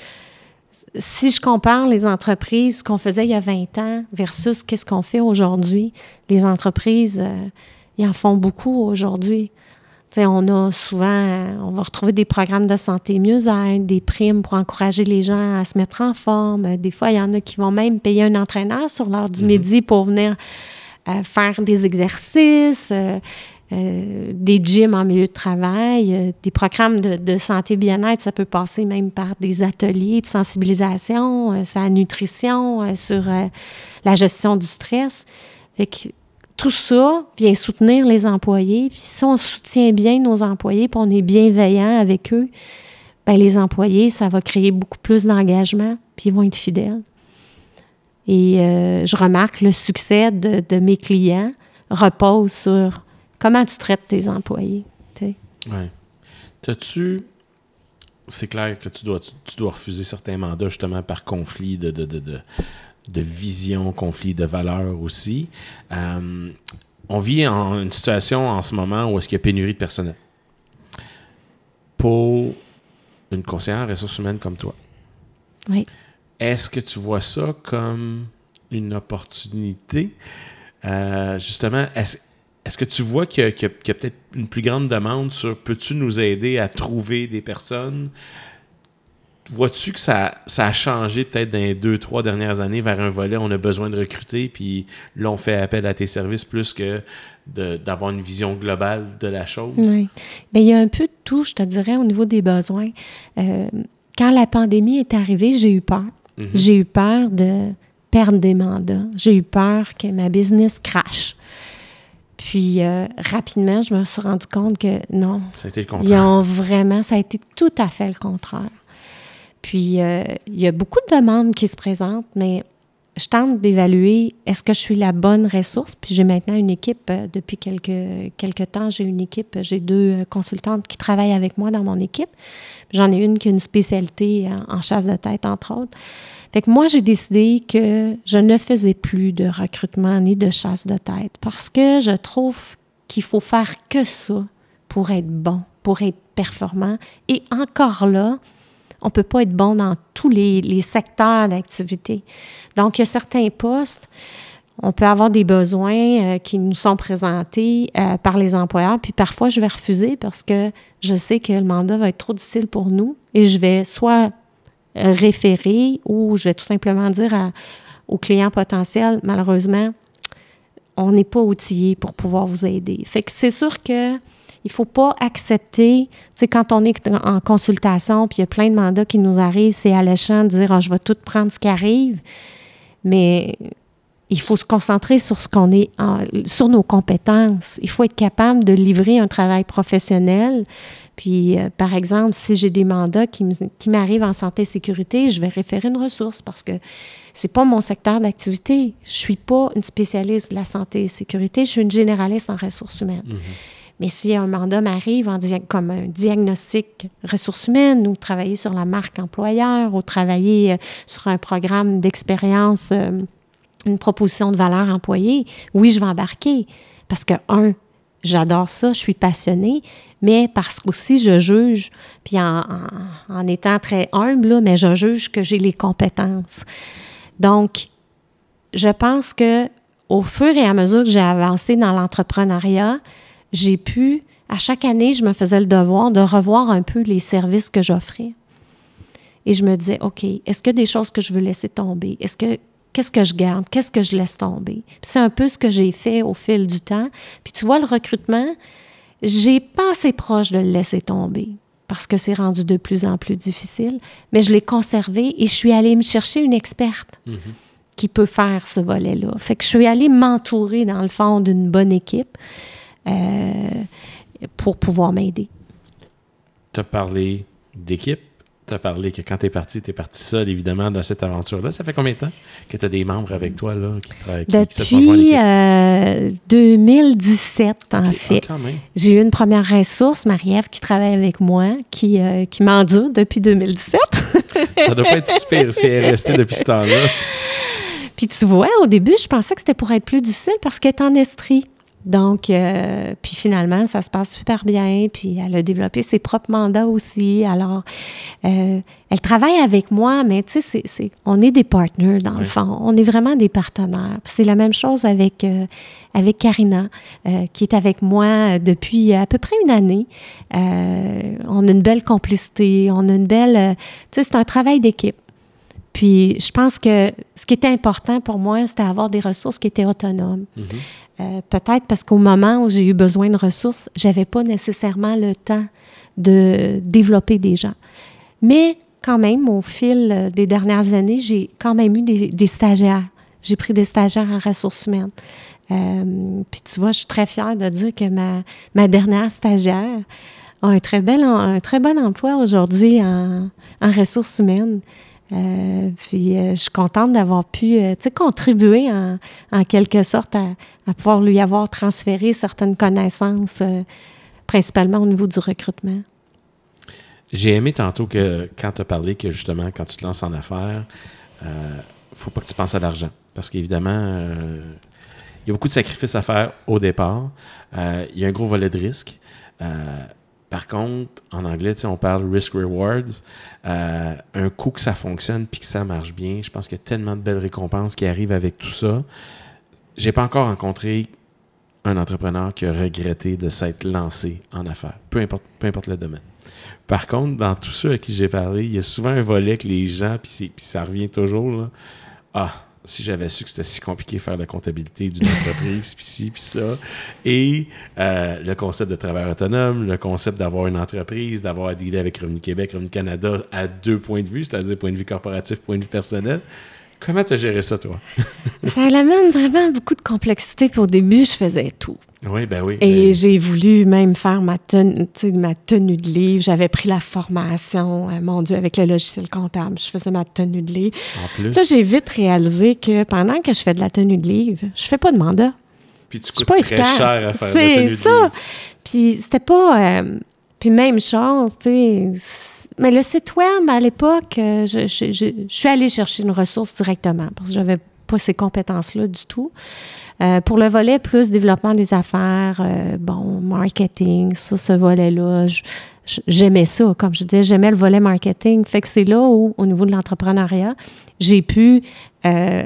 si je compare les entreprises, ce qu'on faisait il y a vingt ans versus qu'est-ce qu'on fait aujourd'hui, les entreprises, euh, ils en font beaucoup aujourd'hui. T'sais, on a souvent, on va retrouver des programmes de santé mieux-être, des primes pour encourager les gens à se mettre en forme. Des fois, il y en a qui vont même payer un entraîneur sur l'heure du mm-hmm. midi pour venir euh, faire des exercices, euh, euh, des gyms en milieu de travail, euh, des programmes de, de santé bien-être. Ça peut passer même par des ateliers de sensibilisation, euh, sur la nutrition, euh, sur euh, la gestion du stress. Fait que tout ça vient soutenir les employés. Puis si on soutient bien nos employés, puis on est bienveillant avec eux, bien, les employés, ça va créer beaucoup plus d'engagement, puis ils vont être fidèles. Et euh, je remarque le succès de, de mes clients repose sur comment tu traites tes employés. Oui. T'as-tu... C'est clair que tu dois, tu, tu dois refuser certains mandats justement par conflit de, de, de, de, de vision, conflit de valeurs aussi. Euh, on vit en une situation en ce moment où est-ce qu'il y a pénurie de personnel. Pour une conseillère en ressources humaines comme toi, oui. Est-ce que tu vois ça comme une opportunité? Euh, justement, est-ce, est-ce que tu vois qu'il y a, qu'il y a, qu'il y a peut-être une plus grande demande sur peux-tu nous aider à trouver des personnes? Vois-tu que ça, ça a changé peut-être dans les deux, trois dernières années vers un volet, on a besoin de recruter, puis là, on fait appel à tes services plus que de, d'avoir une vision globale de la chose? Oui. Bien, il y a un peu de tout, je te dirais, au niveau des besoins. Euh, quand la pandémie est arrivée, j'ai eu peur. Mm-hmm. J'ai eu peur de perdre des mandats. J'ai eu peur que ma business crache. Puis, euh, rapidement, je me suis rendu compte que non. Ça a été le contraire. Ils ont vraiment, ça a été tout à fait le contraire. Puis, euh, il y a beaucoup de demandes qui se présentent, mais je tente d'évaluer est-ce que je suis la bonne ressource. Puis, j'ai maintenant une équipe, euh, depuis quelques, quelques temps, j'ai une équipe, j'ai deux euh, consultantes qui travaillent avec moi dans mon équipe. J'en ai une qui a une spécialité en, en chasse de tête, entre autres. Fait que moi, j'ai décidé que je ne faisais plus de recrutement ni de chasse de tête parce que je trouve qu'il faut faire que ça pour être bon, pour être performant. Et encore là, on ne peut pas être bon dans tous les, les secteurs d'activité. Donc, il y a certains postes, on peut avoir des besoins euh, qui nous sont présentés euh, par les employeurs, puis parfois, je vais refuser parce que je sais que le mandat va être trop difficile pour nous et je vais soit référer ou je vais tout simplement dire à, aux clients potentiels, malheureusement, on n'est pas outillé pour pouvoir vous aider. Fait que c'est sûr que il ne faut pas accepter, tu sais, quand on est en consultation puis il y a plein de mandats qui nous arrivent, c'est alléchant de dire ah, « je vais tout prendre ce qui arrive », mais il faut se concentrer sur ce qu'on est, en, sur nos compétences. Il faut être capable de livrer un travail professionnel. Puis, euh, par exemple, si j'ai des mandats qui, m- qui m'arrivent en santé et sécurité, je vais référer une ressource parce que c'est pas mon secteur d'activité. Je suis pas une spécialiste de la santé et sécurité, je suis une généraliste en ressources humaines. Mm-hmm. Mais si un mandat m'arrive en dia- comme un diagnostic ressources humaines ou travailler sur la marque employeur ou travailler euh, sur un programme d'expérience, euh, une proposition de valeur employée, oui, je vais embarquer parce que, un, j'adore ça, je suis passionnée, mais parce qu'aussi je juge, puis en, en, en étant très humble, là, mais je juge que j'ai les compétences. Donc, je pense que au fur et à mesure que j'ai avancé dans l'entrepreneuriat, j'ai pu, à chaque année, je me faisais le devoir de revoir un peu les services que j'offrais. Et je me disais, OK, est-ce qu'il y a des choses que je veux laisser tomber? Est-ce que Qu'est-ce que je garde? Qu'est-ce que je laisse tomber? Puis c'est un peu ce que j'ai fait au fil du temps. Puis tu vois, le recrutement, j'ai pas assez proche de le laisser tomber parce que c'est rendu de plus en plus difficile, mais je l'ai conservé et je suis allée me chercher une experte mm-hmm. qui peut faire ce volet-là. Fait que je suis allée m'entourer, dans le fond, d'une bonne équipe euh, pour pouvoir m'aider. Tu as parlé d'équipe. Tu as parlé que quand tu es parti, tu es parti seul, évidemment, dans cette aventure-là. Ça fait combien de temps que tu as des membres avec toi là, qui travaillent? Depuis euh, deux mille dix-sept, en okay. fait. Ah, quand même. J'ai eu une première ressource, Marie-Ève, qui travaille avec moi, qui, euh, qui m'endure depuis deux mille dix-sept. Ça doit pas être si pire si elle est restée depuis ce temps-là. Puis tu vois, au début, je pensais que c'était pour être plus difficile parce qu'elle est en Estrie. Donc, euh, puis finalement, ça se passe super bien. Puis elle a développé ses propres mandats aussi. Alors, euh, elle travaille avec moi, mais tu sais, c'est, c'est, on est des partners dans oui. le fond. On est vraiment des partenaires. Puis c'est la même chose avec, euh, avec Karina, euh, qui est avec moi depuis à peu près une année. Euh, on a une belle complicité. On a une belle... Euh, tu sais, c'est un travail d'équipe. Puis je pense que ce qui était important pour moi, c'était avoir des ressources qui étaient autonomes. Mm-hmm. Euh, peut-être parce qu'au moment où j'ai eu besoin de ressources, je n'avais pas nécessairement le temps de développer des gens. Mais quand même, au fil des dernières années, j'ai quand même eu des, des stagiaires. J'ai pris des stagiaires en ressources humaines. Euh, puis tu vois, je suis très fière de dire que ma, ma dernière stagiaire a un très, bel, un très bon emploi aujourd'hui en, en ressources humaines. Euh, puis euh, je suis contente d'avoir pu euh, tu sais, contribuer en, en quelque sorte à, à pouvoir lui avoir transféré certaines connaissances, euh, principalement au niveau du recrutement. J'ai aimé tantôt que quand tu as parlé que justement, quand tu te lances en affaires, il euh, ne faut pas que tu penses à l'argent. Parce qu'évidemment, euh, il y a beaucoup de sacrifices à faire au départ. Euh, il y a un gros volet de risque. Euh, Par contre, en anglais, on parle risk-rewards. Euh, un coup que ça fonctionne puis que ça marche bien, je pense qu'il y a tellement de belles récompenses qui arrivent avec tout ça. J'ai pas encore rencontré un entrepreneur qui a regretté de s'être lancé en affaires, peu importe, peu importe le domaine. Par contre, dans tous ceux à qui j'ai parlé, il y a souvent un volet que les gens, puis ça revient toujours, là, ah, si j'avais su que c'était si compliqué de faire la comptabilité d'une entreprise, puis ci, puis ça. Et euh, le concept de travail autonome, le concept d'avoir une entreprise, d'avoir à dealer avec Revenu Québec, Revenu Canada à deux points de vue, c'est-à-dire point de vue corporatif, point de vue personnel. Comment tu as géré ça, toi? Ça amène vraiment beaucoup de complexité. Puis au début, je faisais tout. Oui, ben oui. Et ben... j'ai voulu même faire ma tenue, ma tenue de livre. J'avais pris la formation, euh, mon Dieu, avec le logiciel comptable. Je faisais ma tenue de livre. En plus. Là, j'ai vite réalisé que pendant que je fais de la tenue de livre, je fais pas de mandat. Puis tu coûtes très efficace. cher à faire de la tenue de livre. C'est ça. Puis c'était pas... Euh, puis même chose, tu sais... Mais le site web, à l'époque, je, je, je, je suis allée chercher une ressource directement parce que j'avais pas ces compétences-là du tout. Euh, pour le volet plus développement des affaires, euh, bon, marketing, ça, ce volet-là, je, je, j'aimais ça. Comme je disais, j'aimais le volet marketing. Fait que c'est là où, au niveau de l'entrepreneuriat, j'ai pu, euh,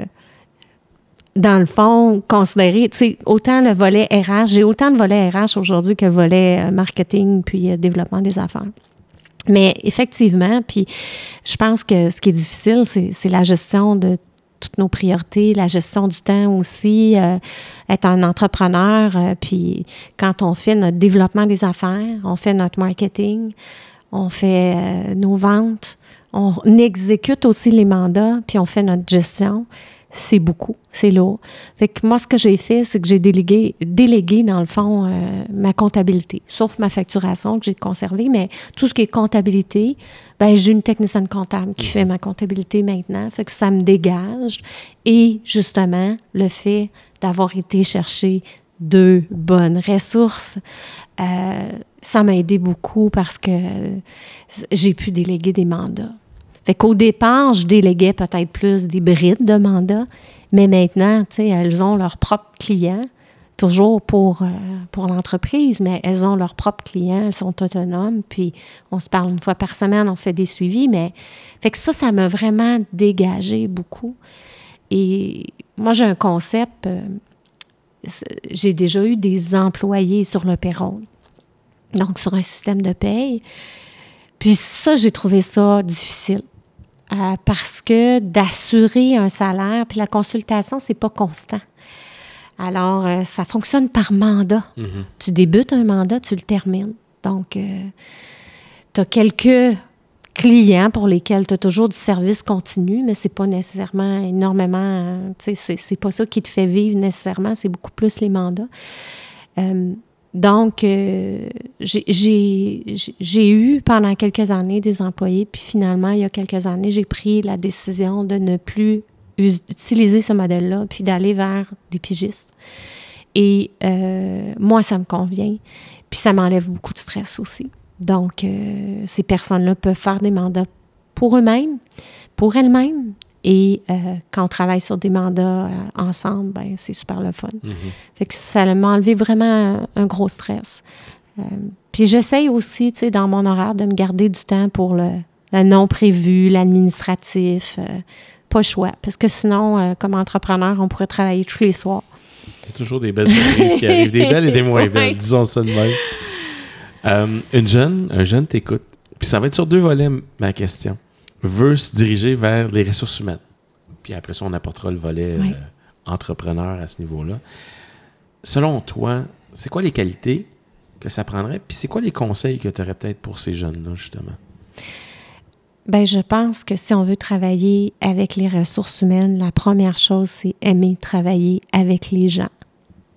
dans le fond, considérer, tu sais, autant le volet R H, j'ai autant de volets R H aujourd'hui que le volet marketing puis euh, développement des affaires. Mais effectivement, puis je pense que ce qui est difficile, c'est, c'est la gestion de toutes nos priorités, la gestion du temps aussi, euh, être un entrepreneur, euh, puis quand on fait notre développement des affaires, on fait notre marketing, on fait euh, nos ventes, on exécute aussi les mandats, puis on fait notre gestion. C'est beaucoup, c'est lourd. Fait que moi, ce que j'ai fait, c'est que j'ai délégué, délégué dans le fond, euh, ma comptabilité, sauf ma facturation que j'ai conservée, mais tout ce qui est comptabilité, ben j'ai une technicienne comptable qui fait ma comptabilité maintenant, fait que ça me dégage. Et justement, le fait d'avoir été chercher deux bonnes ressources, euh, ça m'a aidé beaucoup parce que j'ai pu déléguer des mandats. Fait qu'au départ, je déléguais peut-être plus des brides de mandats, mais maintenant, tu sais, elles ont leurs propres clients, toujours pour, euh, pour l'entreprise, mais elles ont leurs propres clients, elles sont autonomes, puis on se parle une fois par semaine, on fait des suivis, mais fait que ça, ça m'a vraiment dégagé beaucoup. Et moi, j'ai un concept, euh, j'ai déjà eu des employés sur le payroll, donc sur un système de paye, puis ça, j'ai trouvé ça difficile. Euh, parce que d'assurer un salaire, puis la consultation, c'est pas constant. Alors, euh, ça fonctionne par mandat. Mm-hmm. Tu débutes un mandat, tu le termines. Donc, euh, tu as quelques clients pour lesquels tu as toujours du service continu, mais c'est pas nécessairement énormément... Tu sais, c'est, c'est pas ça qui te fait vivre nécessairement, c'est beaucoup plus les mandats. Euh, Donc, euh, j'ai, j'ai, j'ai eu pendant quelques années des employés, puis finalement, il y a quelques années, j'ai pris la décision de ne plus us- utiliser ce modèle-là, puis d'aller vers des pigistes. Et euh, moi, ça me convient, puis ça m'enlève beaucoup de stress aussi. Donc, euh, ces personnes-là peuvent faire des mandats pour eux-mêmes, pour elles-mêmes. Et euh, quand on travaille sur des mandats euh, ensemble, ben c'est super le fun. Mm-hmm. Fait que ça m'a enlevé vraiment un, un gros stress. Euh, puis j'essaye aussi, tu sais, dans mon horaire, de me garder du temps pour le, le non-prévu, l'administratif. Euh, pas le choix. Parce que sinon, euh, comme entrepreneur, on pourrait travailler tous les soirs. Il y a toujours des belles surprises qui arrivent, des belles et des moins belles, ouais. Disons ça de même. Euh, une jeune, un jeune t'écoute. Puis ça va être sur deux volets, ma question. Veut se diriger vers les ressources humaines. Puis après ça, on apportera le volet oui. euh, entrepreneur à ce niveau-là. Selon toi, c'est quoi les qualités que ça prendrait? Puis c'est quoi les conseils que tu aurais peut-être pour ces jeunes-là, justement? Bien, je pense que si on veut travailler avec les ressources humaines, la première chose, c'est aimer travailler avec les gens.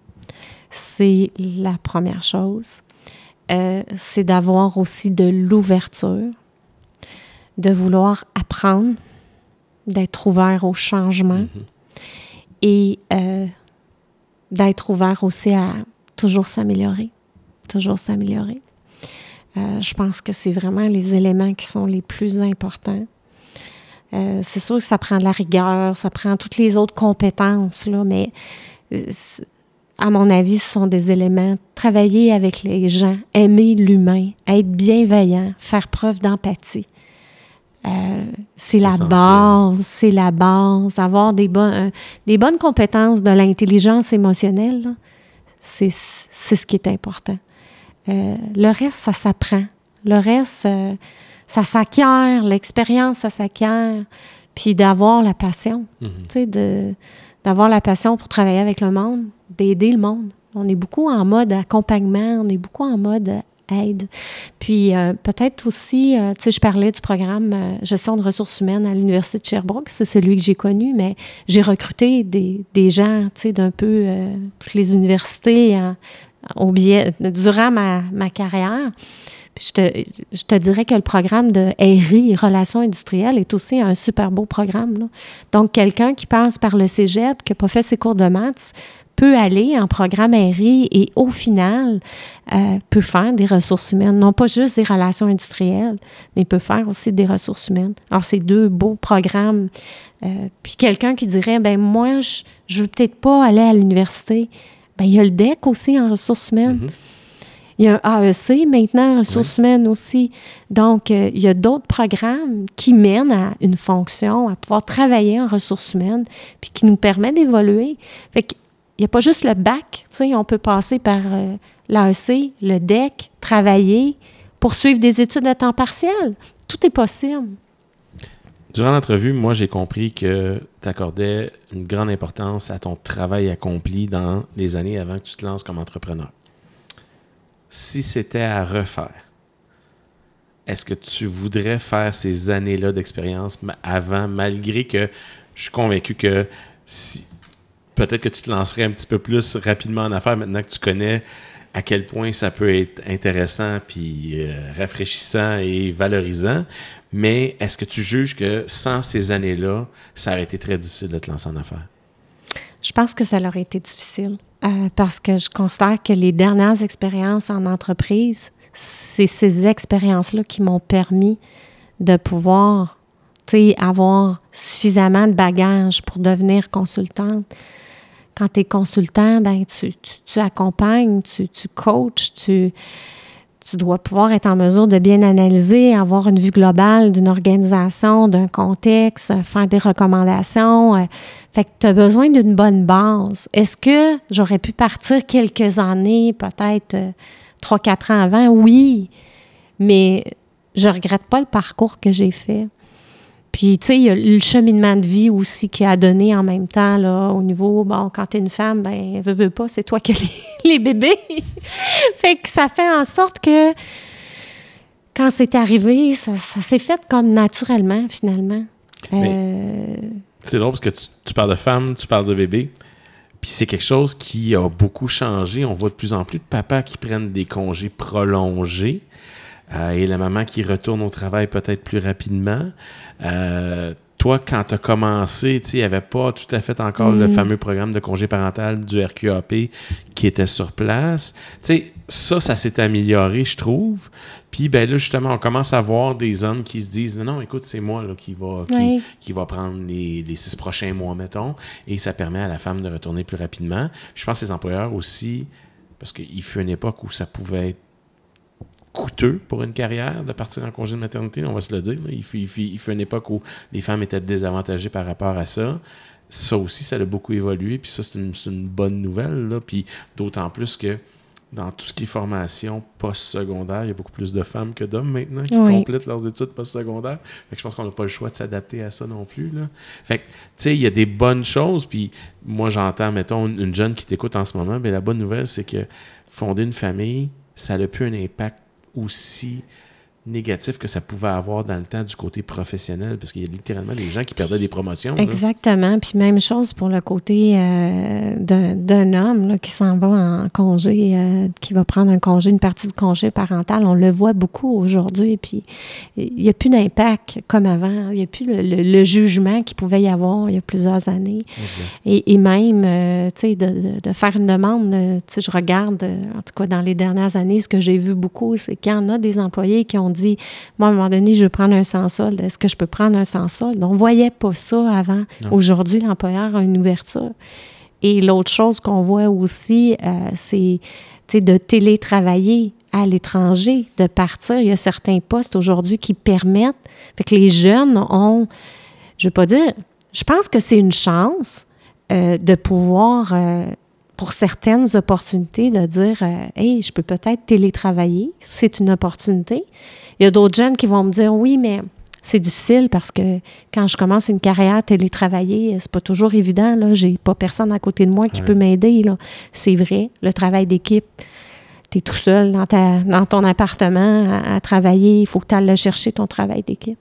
c'est la première chose. Euh, c'est d'avoir aussi de l'ouverture, de vouloir apprendre, d'être ouvert au changement mm-hmm. et euh, d'être ouvert aussi à toujours s'améliorer, toujours s'améliorer. Euh, je pense que c'est vraiment les éléments qui sont les plus importants. Euh, c'est sûr que ça prend de la rigueur, ça prend toutes les autres compétences, là, mais à mon avis, ce sont des éléments. Travailler avec les gens, aimer l'humain, être bienveillant, faire preuve d'empathie. Euh, c'est, c'est la essentiel. base, c'est la base. Avoir des, bon, euh, des bonnes compétences de l'intelligence émotionnelle, là, c'est, c'est ce qui est important. Euh, le reste, ça s'apprend. Le reste, euh, ça s'acquiert. L'expérience, ça s'acquiert. Puis d'avoir la passion. Mm-hmm. Tu sais, de, d'avoir la passion pour travailler avec le monde, d'aider le monde. On est beaucoup en mode accompagnement, on est beaucoup en mode aide. Puis euh, peut-être aussi, euh, tu sais, je parlais du programme euh, gestion de ressources humaines à l'Université de Sherbrooke, c'est celui que j'ai connu, mais j'ai recruté des, des gens, tu sais, d'un peu euh, toutes les universités en, au biais, durant ma, ma carrière. Puis je te, je te dirais que le programme de R I, Relations industrielles, est aussi un super beau programme, là. Donc, quelqu'un qui passe par le cégep, qui n'a pas fait ses cours de maths, peut aller en programme R I et au final, euh, peut faire des ressources humaines. Non pas juste des relations industrielles, mais peut faire aussi des ressources humaines. Alors, c'est deux beaux programmes. Euh, puis quelqu'un qui dirait, ben moi, je ne veux peut-être pas aller à l'université. Ben il y a le D E C aussi en ressources humaines. Mm-hmm. Il y a un A E C maintenant en ressources oui. humaines aussi. Donc, euh, il y a d'autres programmes qui mènent à une fonction, à pouvoir travailler en ressources humaines, puis qui nous permettent d'évoluer. Fait qu'il n'y a pas juste le bac, tu sais, on peut passer par euh, l'A E C, le D E C, travailler, poursuivre des études à temps partiel. Tout est possible. Durant l'entrevue, moi, j'ai compris que tu accordais une grande importance à ton travail accompli dans les années avant que tu te lances comme entrepreneur. Si c'était à refaire, est-ce que tu voudrais faire ces années-là d'expérience avant, malgré que je suis convaincu que si, peut-être que tu te lancerais un petit peu plus rapidement en affaires maintenant que tu connais à quel point ça peut être intéressant puis euh, rafraîchissant et valorisant, mais est-ce que tu juges que sans ces années-là, ça aurait été très difficile de te lancer en affaires? Je pense que ça aurait été difficile euh, parce que je considère que les dernières expériences en entreprise, c'est ces expériences-là qui m'ont permis de pouvoir, tu sais, avoir suffisamment de bagages pour devenir consultante. Quand tu es consultant, ben tu, tu, tu accompagnes, tu, tu coaches, tu, tu dois pouvoir être en mesure de bien analyser, avoir une vue globale d'une organisation, d'un contexte, faire des recommandations. Euh, fait que tu as besoin d'une bonne base. Est-ce que j'aurais pu partir quelques années, peut-être euh, trois, quatre ans avant? Oui, mais je regrette pas le parcours que j'ai fait. Puis, tu sais, il y a le cheminement de vie aussi qui a donné en même temps, là, au niveau, bon, quand t'es une femme, ben, veux, veux pas, c'est toi qui as les, les bébés. Fait que ça fait en sorte que, quand c'est arrivé, ça, ça s'est fait comme naturellement, finalement. Euh... C'est drôle parce que tu, tu parles de femme, tu parles de bébé, puis c'est quelque chose qui a beaucoup changé. On voit de plus en plus de papas qui prennent des congés prolongés. Euh, et la maman qui retourne au travail peut-être plus rapidement. Euh, toi, quand tu as commencé, il n'y avait pas tout à fait encore mmh. le fameux programme de congé parental du R Q A P qui était sur place. T'sais, ça, ça s'est amélioré, je trouve. Puis ben là, justement, on commence à voir des hommes qui se disent « Non, écoute, c'est moi là, qui, va, qui, oui. qui va prendre les, les six prochains mois, mettons. » Et ça permet à la femme de retourner plus rapidement. Puis je pense que les employeurs aussi, parce qu'il fut une époque où ça pouvait être coûteux pour une carrière de partir en congé de maternité, on va se le dire. Il fut, il, fut, il fut une époque où les femmes étaient désavantagées par rapport à ça. Ça aussi, ça a beaucoup évolué, puis ça, c'est une, c'est une bonne nouvelle. Là. Puis d'autant plus que dans tout ce qui est formation post-secondaire, il y a beaucoup plus de femmes que d'hommes maintenant qui oui. complètent leurs études post-secondaires. Fait que je pense qu'on n'a pas le choix de s'adapter à ça non plus. Là. Fait que, tu sais, il y a des bonnes choses, puis moi, j'entends, mettons, une, une jeune qui t'écoute en ce moment, bien, la bonne nouvelle, c'est que fonder une famille, ça n'a plus un impact aussi négatif que ça pouvait avoir dans le temps du côté professionnel, parce qu'il y a littéralement des gens qui perdaient des promotions. Exactement. Là. Puis même chose pour le côté euh, d'un, d'un homme là, qui s'en va en congé, euh, qui va prendre un congé, une partie de congé parental. On le voit beaucoup aujourd'hui. Puis il n'y a plus d'impact comme avant. Il n'y a plus le, le, le jugement qu'il pouvait y avoir il y a plusieurs années. Et, et même, euh, tu sais, de, de, de faire une demande, tu sais, je regarde, en tout cas dans les dernières années, ce que j'ai vu beaucoup, c'est qu'il y en a des employés qui ont dit, moi, à un moment donné, je veux prendre un sans-solde. Est-ce que je peux prendre un sans-solde? On ne voyait pas ça avant. Non. Aujourd'hui, l'employeur a une ouverture. Et l'autre chose qu'on voit aussi, euh, c'est de télétravailler à l'étranger, de partir. Il y a certains postes aujourd'hui qui permettent. Fait que les jeunes ont, je ne veux pas dire, je pense que c'est une chance euh, de pouvoir, euh, pour certaines opportunités, de dire euh, « Hey, je peux peut-être télétravailler. » C'est une opportunité. Il y a d'autres jeunes qui vont me dire « Oui, mais c'est difficile parce que quand je commence une carrière télétravailler, c'est pas toujours évident. Là. J'ai pas personne à côté de moi qui ouais. peut m'aider. Là. » C'est vrai, le travail d'équipe, tu es tout seul dans, ta, dans ton appartement à, à travailler. Il faut que tu ailles le chercher, ton travail d'équipe.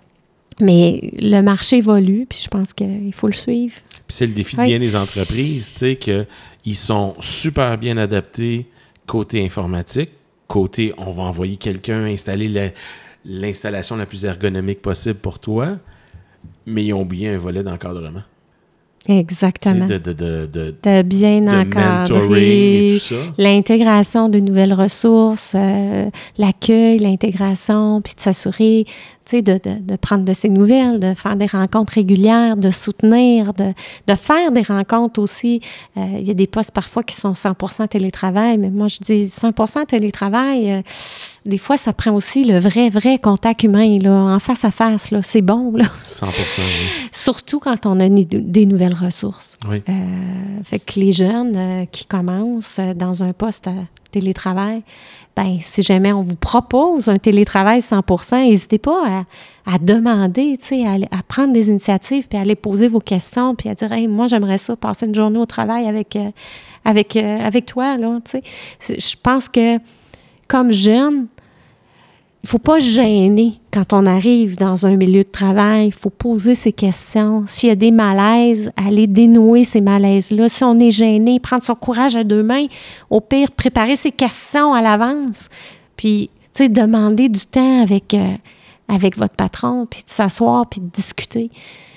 Mais le marché évolue, puis je pense qu'il faut le suivre. Puis c'est le défi oui. de bien des entreprises, tu sais, qu'ils sont super bien adaptés côté informatique. Côté, on va envoyer quelqu'un installer la, l'installation la plus ergonomique possible pour toi, mais ils ont oublié un volet d'encadrement. Exactement. De, de, de, de, de bien de encadrer, et tout ça. L'intégration de nouvelles ressources, euh, l'accueil, l'intégration, puis de s'assurer, tu sais, de, de, de prendre de ces nouvelles, de faire des rencontres régulières, de soutenir, de, de faire des rencontres aussi. Euh, il y a des postes parfois qui sont cent pour cent télétravail, mais moi, je dis cent pour cent télétravail, euh, des fois, ça prend aussi le vrai, vrai contact humain, là, en face à face, là, c'est bon, là. cent pour cent, oui. Surtout quand on a des nouvelles ressources. Oui. Euh, fait que les jeunes euh, qui commencent dans un poste à télétravail, ben si jamais on vous propose un télétravail cent pour cent, n'hésitez pas à, à demander, tu sais, à, à prendre des initiatives, puis à aller poser vos questions, puis à dire « Hey, moi, j'aimerais ça, passer une journée au travail avec, euh, avec, euh, avec toi, là, tu sais. » Je pense que, comme jeune, il ne faut pas gêner quand on arrive dans un milieu de travail. Il faut poser ses questions. S'il y a des malaises, aller dénouer ces malaises-là. Si on est gêné, prendre son courage à deux mains. Au pire, préparer ses questions à l'avance. Puis, tu sais, demander du temps avec, euh, avec votre patron, puis de s'asseoir, puis de discuter.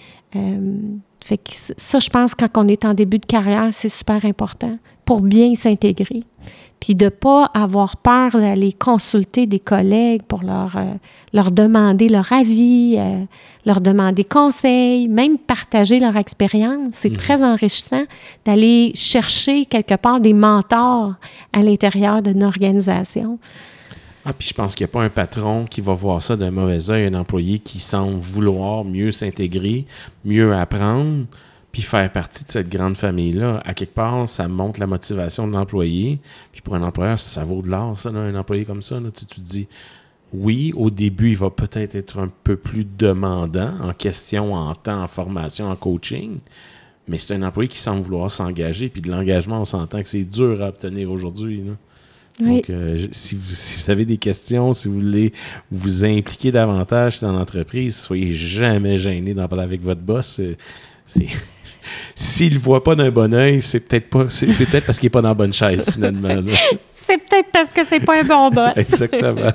Euh, fait que ça, je pense, quand on est en début de carrière, c'est super important pour bien s'intégrer. Puis de ne pas avoir peur d'aller consulter des collègues pour leur, euh, leur demander leur avis, euh, leur demander conseil, même partager leur expérience. C'est mmh. très enrichissant d'aller chercher quelque part des mentors à l'intérieur d'une organisation. Ah, puis je pense qu'il n'y a pas un patron qui va voir ça d'un mauvais œil, un employé qui semble vouloir mieux s'intégrer, mieux apprendre, puis faire partie de cette grande famille-là. À quelque part, ça montre la motivation de l'employé. Puis pour un employeur, ça vaut de l'or, ça, là, un employé comme ça. Là. Tu, tu te dis, oui, au début, il va peut-être être un peu plus demandant en question, en temps, en formation, en coaching, mais c'est un employé qui semble vouloir s'engager. Puis de l'engagement, on s'entend que c'est dur à obtenir aujourd'hui, là. Oui. Donc, euh, si, vous, si vous avez des questions, si vous voulez vous impliquer davantage dans l'entreprise, soyez jamais gênés d'en parler avec votre boss. C'est... c'est... S'il ne le voit pas d'un bon œil, c'est peut-être pas, c'est, c'est peut-être parce qu'il n'est pas dans la bonne chaise, finalement. Là. C'est peut-être parce que c'est pas un bon boss. Exactement.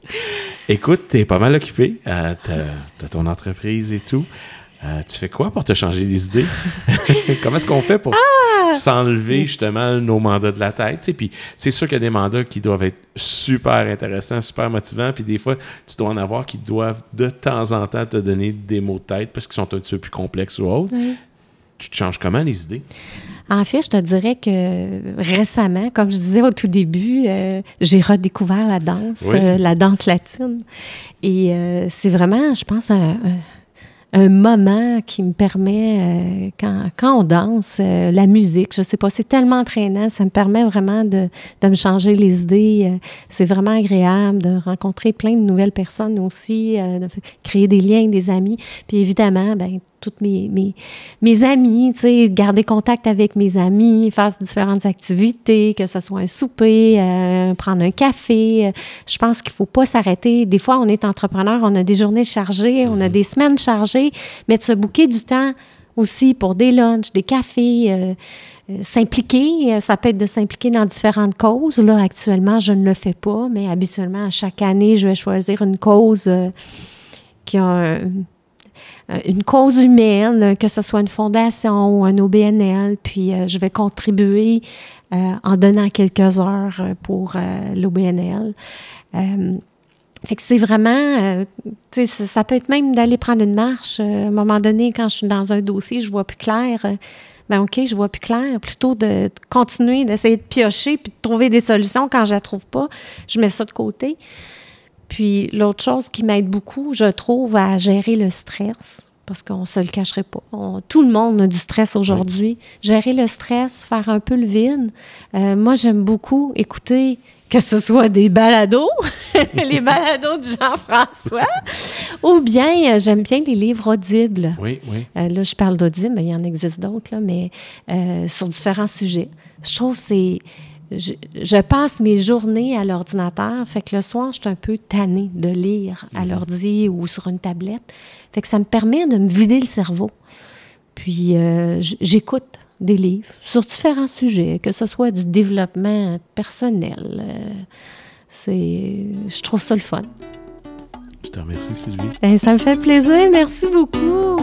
Écoute, tu es pas mal occupé. Euh, tu as ton entreprise et tout. Euh, tu fais quoi pour te changer les idées? Comment est-ce qu'on fait pour ah! s'enlever justement nos mandats de la tête? Tu sais, puis c'est sûr qu'il y a des mandats qui doivent être super intéressants, super motivants, puis des fois, tu dois en avoir qui doivent de temps en temps te donner des mots de tête parce qu'ils sont un petit peu plus complexes ou autres. Oui. Tu te changes comment les idées? En fait, je te dirais que récemment, comme je disais au tout début, euh, j'ai redécouvert la danse, oui. euh, la danse latine. Et euh, c'est vraiment, je pense, un, un, un moment qui me permet, euh, quand, quand on danse, euh, la musique, je sais pas, c'est tellement entraînant, ça me permet vraiment de, de me changer les idées. Euh, c'est vraiment agréable de rencontrer plein de nouvelles personnes aussi, euh, de créer des liens avec des amis. Puis évidemment, ben toutes mes, mes, mes amis, tu sais, garder contact avec mes amis, faire différentes activités, que ce soit un souper, euh, prendre un café. Je pense qu'il ne faut pas s'arrêter. Des fois, on est entrepreneur, on a des journées chargées, on a des semaines chargées, mais de se booker du temps aussi pour des lunchs, des cafés, euh, euh, s'impliquer. Ça peut être de s'impliquer dans différentes causes. Là, actuellement, je ne le fais pas, mais habituellement, à chaque année, je vais choisir une cause euh, qui a un, une cause humaine, que ce soit une fondation ou un O B N L, puis euh, je vais contribuer euh, en donnant quelques heures pour euh, l'O B N L. Euh, Fait que c'est vraiment, euh, tu sais, ça peut être même d'aller prendre une marche. Euh, à un moment donné, quand je suis dans un dossier, je vois plus clair. Euh, ben OK, je vois plus clair. Plutôt de, de continuer, d'essayer de piocher puis de trouver des solutions quand je ne la trouve pas, je mets ça de côté. Puis l'autre chose qui m'aide beaucoup, je trouve, à gérer le stress, parce qu'on ne se le cacherait pas. On, tout le monde a du stress aujourd'hui. Oui. Gérer le stress, faire un peu le vide. Euh, moi, j'aime beaucoup écouter, que ce soit des balados, les balados de Jean-François, ou bien, euh, j'aime bien les livres audibles. Oui, oui. Euh, là, je parle d'audibles, mais il y en existe d'autres, là, mais euh, sur différents sujets. Je trouve que c'est... Je, je passe mes journées à l'ordinateur, fait que le soir, je suis un peu tannée de lire à l'ordi ou sur une tablette. Fait que ça me permet de me vider le cerveau. Puis, euh, j'écoute des livres sur différents sujets, que ce soit du développement personnel. Euh, c'est, je trouve ça le fun. Je te remercie, Sylvie. Ben, ça me fait plaisir. Merci beaucoup.